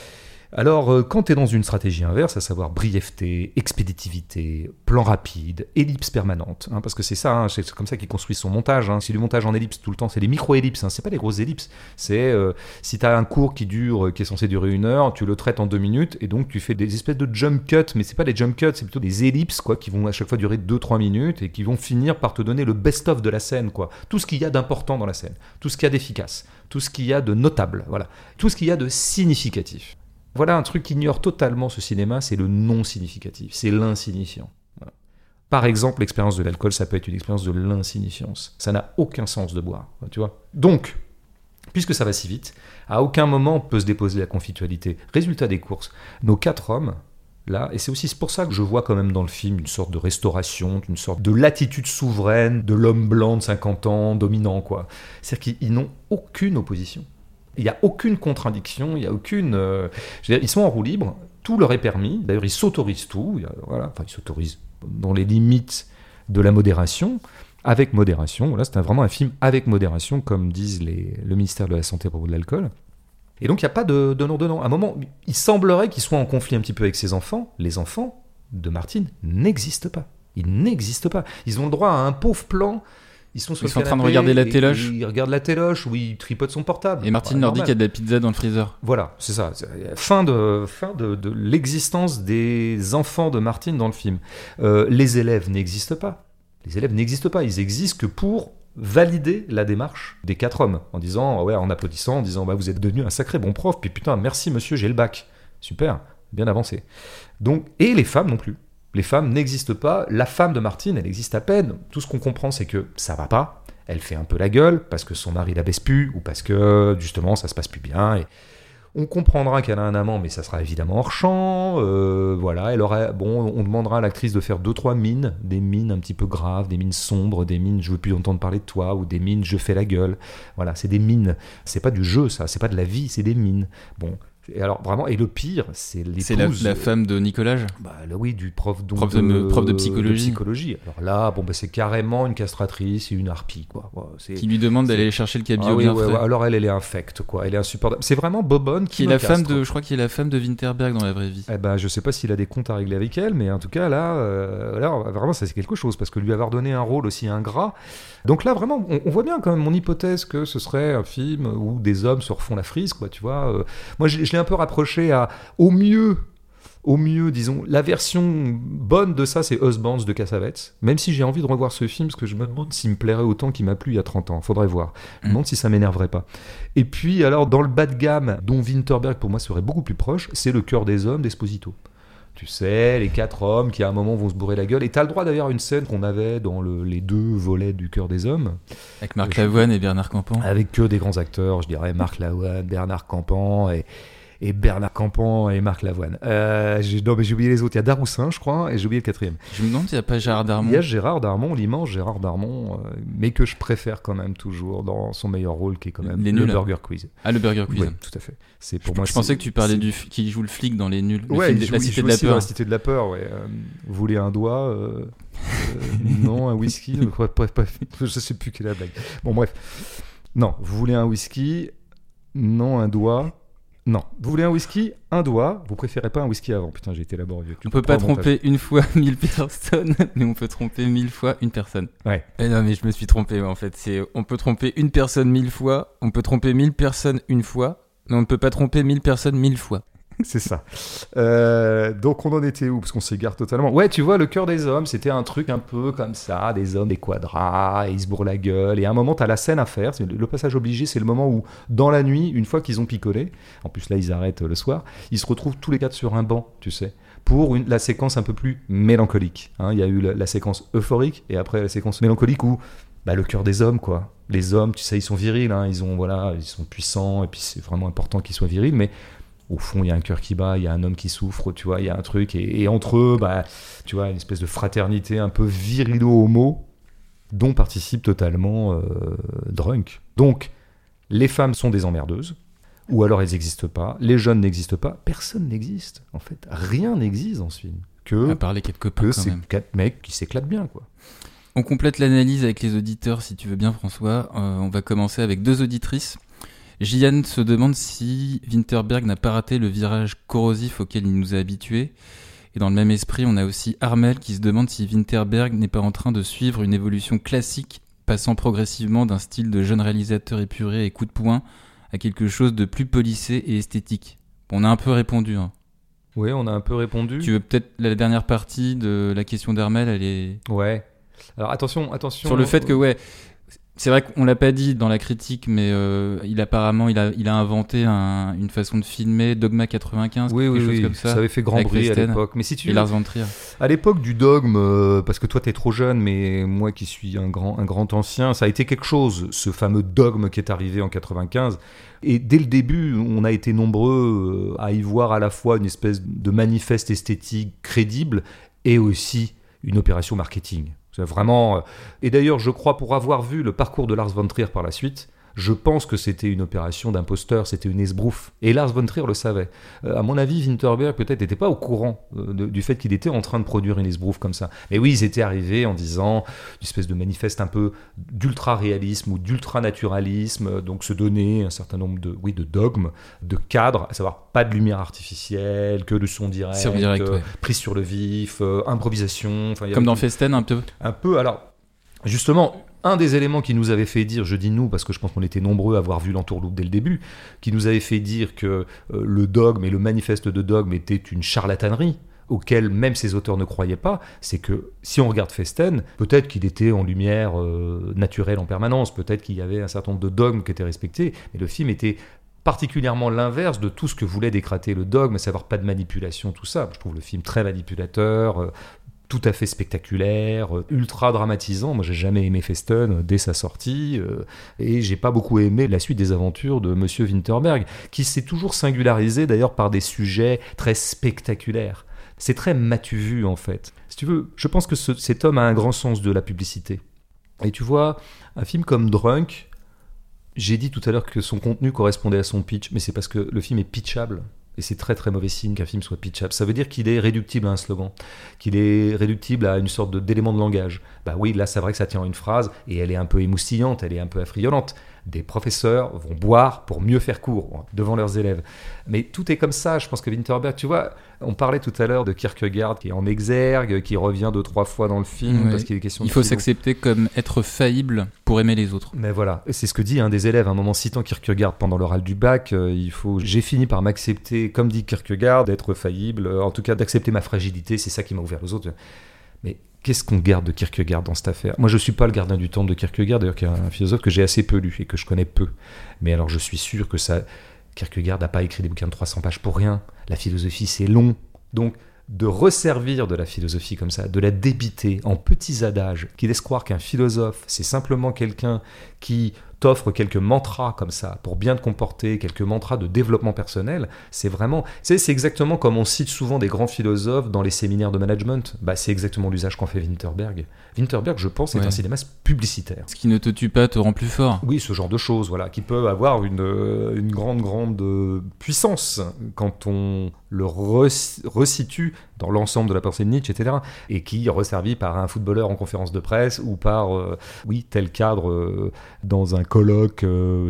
Alors, quand tu es dans une stratégie inverse, à savoir brièveté, expéditivité, plan rapide, ellipse permanente, parce que c'est ça, c'est comme ça qu'ils construisent son montage. C'est du montage en ellipse tout le temps, c'est des micro-ellipses, c'est pas des grosses ellipses. C'est si tu as un cours qui est censé durer 1 heure, tu le traites en 2 minutes, et donc tu fais des espèces de jump cuts, mais c'est pas des jump cuts, c'est plutôt des ellipses qui vont à chaque fois durer 2-3 minutes et qui vont finir par te donner le best-of de la scène, tout ce qu'il y a d'important dans la scène, tout ce qu'il y a d'efficace, tout ce qu'il y a de notable, tout ce qu'il y a de significatif. Voilà un truc qu'ignore totalement ce cinéma, c'est le non significatif, c'est l'insignifiant. Voilà. Par exemple, l'expérience de l'alcool, ça peut être une expérience de l'insignifiance. Ça n'a aucun sens de boire, tu vois. Donc, puisque ça va si vite, à aucun moment on peut se déposer la conflictualité. Résultat des courses, nos 4 hommes, là, et c'est aussi pour ça que je vois quand même dans le film une sorte de restauration, une sorte de latitude souveraine de l'homme blanc de 50 ans, dominant, quoi. C'est-à-dire qu'ils n'ont aucune opposition. Il n'y a aucune contradiction, il n'y a aucune... ils sont en roue libre, tout leur est permis, d'ailleurs ils s'autorisent tout, ils s'autorisent dans les limites de la modération, avec modération, c'est vraiment un film avec modération, comme disent le ministère de la Santé à propos de l'alcool. Et donc il n'y a pas de donnant-donnant. À un moment, il semblerait qu'il soit en conflit un petit peu avec ses enfants. Les enfants de Martine n'existent pas. Ils n'existent pas. Ils ont le droit à un pauvre plan... Ils sont en train de regarder la téloche. Ils regardent la téloche ou ils tripotent son portable. Et Martine leur dit qu'il y a de la pizza dans le freezer. Voilà, c'est ça. Fin de l'existence des enfants de Martine dans le film. Les élèves n'existent pas. Les élèves n'existent pas. Ils existent que pour valider la démarche des 4 hommes. En disant, en applaudissant, en disant, vous êtes devenu un sacré bon prof. Puis putain, merci monsieur, j'ai le bac. Super, bien avancé. Donc, et les femmes non plus. Les femmes n'existent pas. La femme de Martine, elle existe à peine. Tout ce qu'on comprend, c'est que ça va pas. Elle fait un peu la gueule parce que son mari la baisse plus ou parce que, justement, ça se passe plus bien. Et on comprendra qu'elle a un amant, mais ça sera évidemment hors champ. On demandera à l'actrice de faire 2-3 mines. Des mines un petit peu graves, des mines sombres, des mines « je veux plus entendre parler de toi » ou des mines « je fais la gueule ». Voilà, c'est des mines. C'est pas du jeu, ça. C'est pas de la vie, c'est des mines. Bon. Et alors vraiment, et le pire, c'est l'épouse. C'est la femme de Nicolas. Oui, du prof, donc, prof de psychologie. Alors là, c'est carrément une castratrice et une harpie, quoi. Qui lui demande d'aller chercher le cabillaud bien frais. Alors elle est infecte, quoi. Elle est insupportable. C'est vraiment Bobonne qui me castre. Je crois qu'il est la femme de Winterberg dans la vraie vie. Je sais pas s'il a des comptes à régler avec elle, mais en tout cas là, vraiment ça c'est quelque chose, parce que lui avoir donné un rôle aussi ingrat. Donc là vraiment, on voit bien quand même mon hypothèse que ce serait un film où des hommes se refont la frise, quoi. Tu vois. Moi je l'ai un peu rapproché à au mieux, disons, la version bonne de ça, c'est Husbands de Cassavetes. Même si j'ai envie de revoir ce film, parce que je me demande s'il me plairait autant qu'il m'a plu il y a 30 ans. Faudrait voir. Je me demande si ça m'énerverait pas. Et puis, alors, dans le bas de gamme, dont Winterberg, pour moi, serait beaucoup plus proche, c'est Le cœur des hommes d'Esposito. Tu sais, les 4 hommes qui, à un moment, vont se bourrer la gueule. Et t'as le droit d'ailleurs à une scène qu'on avait dans les 2 volets du cœur des hommes. Avec Marc Lavoine et Bernard Campan. Avec que des grands acteurs, je dirais, Marc Lavoine, Bernard Campan et Bernard Campan et Marc Lavoine. Non, mais j'ai oublié les autres. Il y a Daroussin, je crois, et j'ai oublié le 4e. Je me demande s'il n'y a pas Gérard Darmon. Il y a Gérard Darmon, l'immense Gérard Darmon, mais que je préfère quand même toujours dans son meilleur rôle, qui est quand même le Burger Quiz. Ah, le Burger Quiz. Oui, tout à fait. Je pensais que tu parlais qui joue le flic dans Les Nuls. Ouais, La Cité de la Peur. La Cité de la Peur, ouais. Vous voulez un doigt non, un whisky. Je sais plus quelle est la blague. Bon, bref. Non, vous voulez un whisky. Non, un doigt. Non. Vous voulez un whisky, un doigt. Vous préférez pas un whisky avant. Putain, j'ai été laborieux. On peut pas tromper une fois 1000 personnes, mais on peut tromper 1000 fois une personne. Ouais. Non, mais je me suis trompé, en fait. On peut tromper une personne 1000 fois, on peut tromper 1000 personnes une fois, mais on ne peut pas tromper 1000 personnes 1000 fois. C'est ça. Donc on en était où? Parce qu'on s'égare totalement. Ouais, tu vois, Le cœur des hommes, c'était un truc un peu comme ça, des hommes, des quadras, et ils se bourrent la gueule. Et à un moment, t'as la scène à faire. Le passage obligé, c'est le moment où, dans la nuit, une fois qu'ils ont picolé, en plus là, ils arrêtent le soir, ils se retrouvent tous les 4 sur un banc, tu sais, pour la séquence un peu plus mélancolique. Il y a eu la séquence euphorique, et après la séquence mélancolique où le cœur des hommes, quoi. Les hommes, tu sais, ils sont virils, ils sont puissants, et puis c'est vraiment important qu'ils soient virils, mais au fond, il y a un cœur qui bat, il y a un homme qui souffre, tu vois, il y a un truc. Et entre eux, tu vois, une espèce de fraternité un peu virilo-homo dont participe totalement Drunk. Donc, les femmes sont des emmerdeuses, ou alors elles n'existent pas, les jeunes n'existent pas, personne n'existe, en fait. Rien n'existe dans ce film. À part les 4 copains, quand même. 4 mecs qui s'éclatent bien, quoi. On complète l'analyse avec les auditeurs, si tu veux bien, François. On va commencer avec 2 auditrices. Gianne se demande si Winterberg n'a pas raté le virage corrosif auquel il nous a habitués. Et dans le même esprit, on a aussi Armel qui se demande si Winterberg n'est pas en train de suivre une évolution classique, passant progressivement d'un style de jeune réalisateur épuré et coup de poing à quelque chose de plus policé et esthétique. On a un peu répondu. Oui, on a un peu répondu. Tu veux peut-être la dernière partie de la question d'Armel, elle est... Ouais. Alors attention. Sur le fait que, ouais... C'est vrai qu'on l'a pas dit dans la critique, mais il a inventé une façon de filmer Dogma 95, quelque chose comme ça. Ça avait fait grand bruit à l'époque. Mais si tu et Lars von Trier. À l'époque du dogme, parce que toi t'es trop jeune, mais moi qui suis un grand ancien, ça a été quelque chose, ce fameux dogme qui est arrivé en 95. Et dès le début, on a été nombreux à y voir à la fois une espèce de manifeste esthétique crédible et aussi une opération marketing. C'est vraiment... Et d'ailleurs, je crois, pour avoir vu le parcours de Lars von Trier par la suite, je pense que c'était une opération d'imposteur, c'était une esbrouffe. Et Lars von Trier le savait. À mon avis, Winterberg peut-être n'était pas au courant du fait qu'il était en train de produire une esbrouffe comme ça. Mais oui, ils étaient arrivés en disant une espèce de manifeste un peu d'ultra-réalisme ou d'ultra-naturalisme, donc se donner un certain nombre de dogmes, de cadres, à savoir pas de lumière artificielle, que de son direct, ouais. prise sur le vif, improvisation. Comme dans Festen un peu. Un peu, alors, justement... Un des éléments qui nous avait fait dire, je dis nous parce que je pense qu'on était nombreux à avoir vu l'entourloupe dès le début, qui nous avait fait dire que le dogme et le manifeste de dogme était une charlatanerie, auquel même ses auteurs ne croyaient pas, c'est que si on regarde Festen, peut-être qu'il était en lumière naturelle en permanence, peut-être qu'il y avait un certain nombre de dogmes qui étaient respectés, mais le film était particulièrement l'inverse de tout ce que voulait décrater le dogme, à savoir pas de manipulation, tout ça. Je trouve le film très manipulateur, tout à fait spectaculaire, ultra dramatisant. Moi, j'ai jamais aimé Festen dès sa sortie, et j'ai pas beaucoup aimé la suite des aventures de Monsieur Winterberg, qui s'est toujours singularisé d'ailleurs par des sujets très spectaculaires. C'est très m'as-tu vu, en fait. Si tu veux, je pense que cet homme a un grand sens de la publicité. Et tu vois, un film comme Drunk, j'ai dit tout à l'heure que son contenu correspondait à son pitch, mais c'est parce que le film est pitchable. Et c'est très très mauvais signe qu'un film soit pitchable. Ça veut dire qu'il est réductible à un slogan, qu'il est réductible à une sorte d'élément de langage. Bah oui, là c'est vrai que ça tient en une phrase et elle est un peu émoustillante, elle est un peu affriolante. Des professeurs vont boire pour mieux faire cours devant leurs élèves. Mais tout est comme ça. Je pense que Winterberg, tu vois, on parlait tout à l'heure de Kierkegaard qui est en exergue, qui revient 2-3 fois dans le film parce qu'il est question il faut s'accepter comme être faillible pour aimer les autres. Mais voilà, c'est ce que dit un des élèves à un moment citant Kierkegaard pendant l'oral du bac. J'ai fini par m'accepter, comme dit Kierkegaard, d'être faillible, en tout cas d'accepter ma fragilité, c'est ça qui m'a ouvert aux autres. Mais qu'est-ce qu'on garde de Kierkegaard dans cette affaire ? Moi, je ne suis pas le gardien du temple de Kierkegaard, d'ailleurs, qui est un philosophe que j'ai assez peu lu et que je connais peu. Mais alors, je suis sûr que Kierkegaard n'a pas écrit des bouquins de 300 pages pour rien. La philosophie, c'est long. Donc, de resservir de la philosophie comme ça, de la débiter en petits adages, qui laissent croire qu'un philosophe, c'est simplement quelqu'un qui t'offre quelques mantras comme ça, pour bien te comporter, quelques mantras de développement personnel, c'est vraiment... c'est exactement comme on cite souvent des grands philosophes dans les séminaires de management. Bah, c'est exactement l'usage qu'en fait Winterberg. Winterberg, je pense, est un cinéaste publicitaire. Ce qui ne te tue pas te rend plus fort. Oui, ce genre de choses, voilà, qui peut avoir une grande puissance quand on le resitue dans l'ensemble de la pensée de Nietzsche, etc. Et qui est resservi par un footballeur en conférence de presse ou par, tel cadre dans un colloque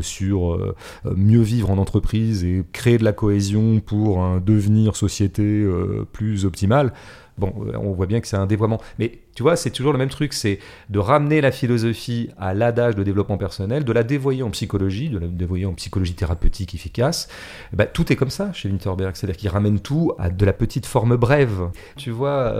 sur mieux vivre en entreprise et créer de la cohésion pour un devenir société plus optimal. Bon, on voit bien que c'est un dévoiement. Mais tu vois, c'est toujours le même truc, c'est de ramener la philosophie à l'adage de développement personnel, de la dévoyer en psychologie, de la dévoyer en psychologie thérapeutique efficace. Bah, tout est comme ça chez Winterberg, c'est-à-dire qu'il ramène tout à de la petite forme brève. Tu vois,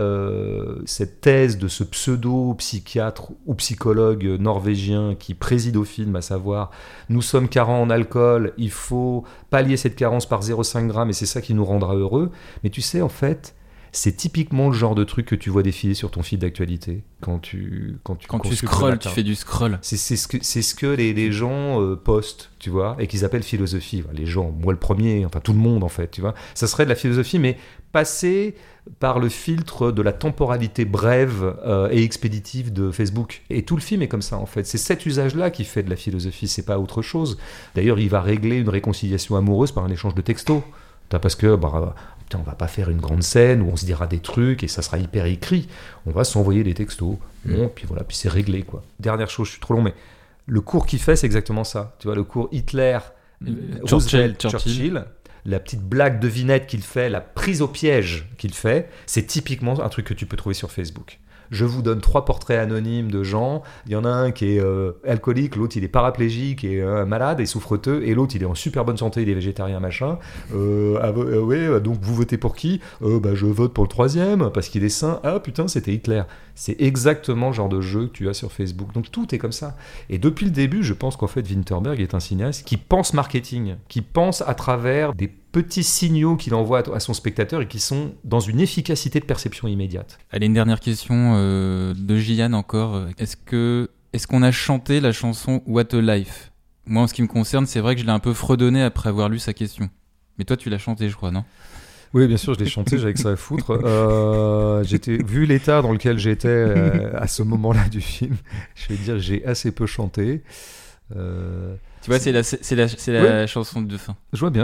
cette thèse de ce pseudo-psychiatre ou psychologue norvégien qui préside au film, à savoir, nous sommes carents en alcool, il faut pallier cette carence par 0,5 g et c'est ça qui nous rendra heureux. Mais tu sais, en fait, c'est typiquement le genre de truc que tu vois défiler sur ton feed d'actualité quand tu scrolles, tu fais du scroll. C'est ce que les gens postent, tu vois, et qu'ils appellent philosophie. Les gens, moi le premier, enfin tout le monde en fait, tu vois. Ça serait de la philosophie, mais passée par le filtre de la temporalité brève et expéditive de Facebook. Et tout le film est comme ça en fait. C'est cet usage-là qui fait de la philosophie, c'est pas autre chose. D'ailleurs, il va régler une réconciliation amoureuse par un échange de textos. Parce que on va pas faire une grande scène où on se dira des trucs et ça sera hyper écrit. On va s'envoyer des textos. Bon, puis voilà, puis c'est réglé quoi. Dernière chose, je suis trop long, mais le cours qu'il fait, c'est exactement ça. Tu vois, le cours Hitler, Churchill, la petite blague devinette qu'il fait, la prise au piège qu'il fait, c'est typiquement un truc que tu peux trouver sur Facebook. Je vous donne 3 portraits anonymes de gens. Il y en a un qui est alcoolique, l'autre il est paraplégique et malade et souffreteux, et l'autre il est en super bonne santé, il est végétarien machin. Donc vous votez pour qui ? Je vote pour le 3e parce qu'il est sain. Ah putain, c'était Hitler. C'est exactement le genre de jeu que tu as sur Facebook. Donc tout est comme ça. Et depuis le début, je pense qu'en fait Winterberg est un cinéaste qui pense marketing, qui pense à travers des petits signaux qu'il envoie à son spectateur et qui sont dans une efficacité de perception immédiate. Allez, une dernière question de Gian encore. Est-ce qu'on a chanté la chanson What a Life ? Moi, en ce qui me concerne, c'est vrai que je l'ai un peu fredonné après avoir lu sa question. Mais toi, tu l'as chanté, je crois, non ? Oui, bien sûr, je l'ai chanté, j'avais que ça à foutre. Vu l'état dans lequel j'étais à ce moment-là du film, je vais dire que j'ai assez peu chanté. Tu vois, c'est la chanson de fin. Je vois bien.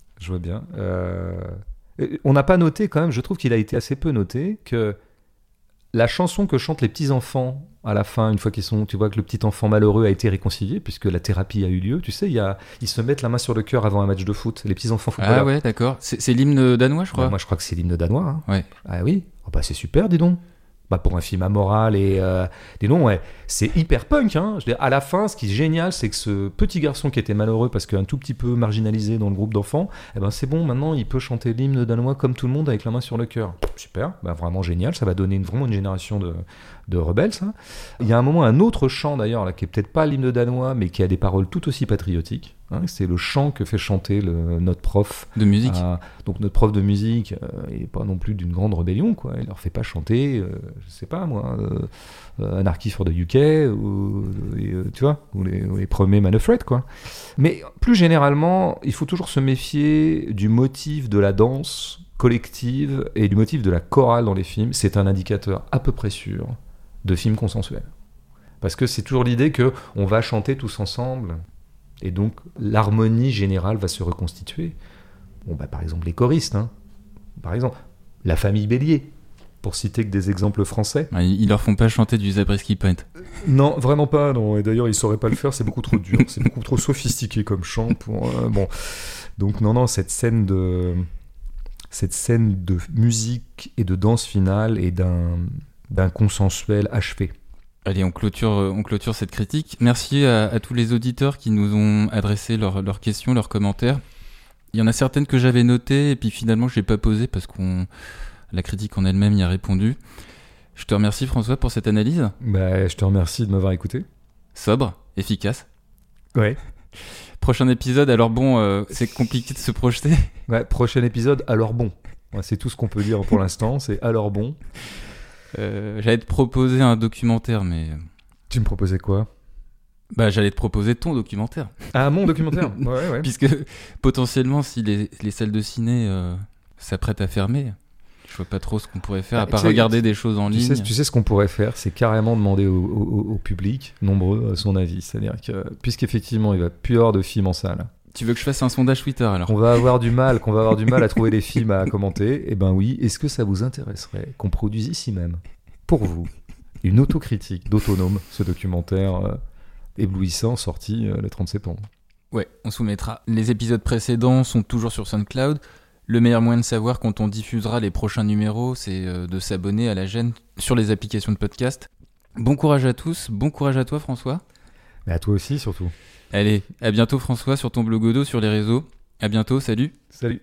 On n'a pas noté quand même, je trouve qu'il a été assez peu noté, que la chanson que chantent les petits-enfants à la fin, une fois tu vois que le petit enfant malheureux a été réconcilié, puisque la thérapie a eu lieu, tu sais, ils se mettent la main sur le cœur avant un match de foot, les petits-enfants footballeurs. Ah ouais, d'accord. C'est l'hymne danois, je crois. Ouais, moi, je crois que c'est l'hymne danois. Hein. Ouais. Ah oui, c'est super, dis donc. Pour un film amoral et dis donc, ouais, c'est hyper punk. Hein. Je veux dire, à la fin, ce qui est génial, c'est que ce petit garçon qui était malheureux parce qu'un tout petit peu marginalisé dans le groupe d'enfants, c'est bon, maintenant il peut chanter l'hymne danois comme tout le monde avec la main sur le cœur. Super, vraiment génial, ça va donner vraiment une génération de rebelles, ça. Il y a un moment, un autre chant d'ailleurs, là, qui est peut-être pas l'hymne danois, mais qui a des paroles tout aussi patriotiques. Hein, c'est le chant que fait chanter notre prof de musique. Donc notre prof de musique n'est pas non plus d'une grande rébellion, quoi. Il leur fait pas chanter, je sais pas moi, Anarchy for the UK tu vois, ou les premiers Manfred, quoi. Mais plus généralement, il faut toujours se méfier du motif de la danse collective et du motif de la chorale dans les films. C'est un indicateur à peu près sûr de films consensuels, parce que c'est toujours l'idée que on va chanter tous ensemble. Et donc, l'harmonie générale va se reconstituer. Bon, bah, par exemple, les choristes, hein. Par exemple, la famille Bélier, pour citer que des exemples français. Ils leur font pas chanter du Zabriskie Point. Non, vraiment pas, non. Et d'ailleurs, ils sauraient pas le faire, c'est beaucoup trop dur. C'est beaucoup trop sophistiqué comme chant pour... bon. Donc, non, cette scène de musique et de danse finale et d'un consensuel achevé. Allez, on clôture cette critique. Merci à tous les auditeurs qui nous ont adressé leurs questions, leurs commentaires. Il y en a certaines que j'avais notées et puis finalement je n'ai pas posées parce que la critique en elle-même y a répondu. Je te remercie François pour cette analyse. Bah, je te remercie de m'avoir écouté. Sobre, efficace. Ouais. Prochain épisode, alors bon, c'est compliqué de se projeter. Ouais, prochain épisode, alors bon. Ouais, c'est tout ce qu'on peut dire pour l'instant, c'est alors bon. J'allais te proposer un documentaire, mais... Tu me proposais quoi ? Bah, j'allais te proposer ton documentaire. Ah, mon documentaire. Ouais. Puisque potentiellement, si les salles de ciné s'apprêtent à fermer, je vois pas trop ce qu'on pourrait faire, à part regarder des choses en ligne. Tu sais ce qu'on pourrait faire, c'est carrément demander au public, nombreux, son avis. C'est-à-dire que, puisqu'effectivement, il va plus y avoir de films en salle. Tu veux que je fasse un sondage Twitter alors ? Qu'on va avoir du mal à trouver des films à commenter. Eh ben oui, est-ce que ça vous intéresserait qu'on produise ici même, pour vous, une autocritique d'Autonome, ce documentaire éblouissant sorti le 30 septembre. Ouais, on soumettra. Les épisodes précédents sont toujours sur SoundCloud. Le meilleur moyen de savoir quand on diffusera les prochains numéros, c'est de s'abonner à la chaîne sur les applications de podcast. Bon courage à tous, bon courage à toi François. Mais à toi aussi surtout. Allez, à bientôt François sur ton blogodo, sur les réseaux. À bientôt, salut. Salut.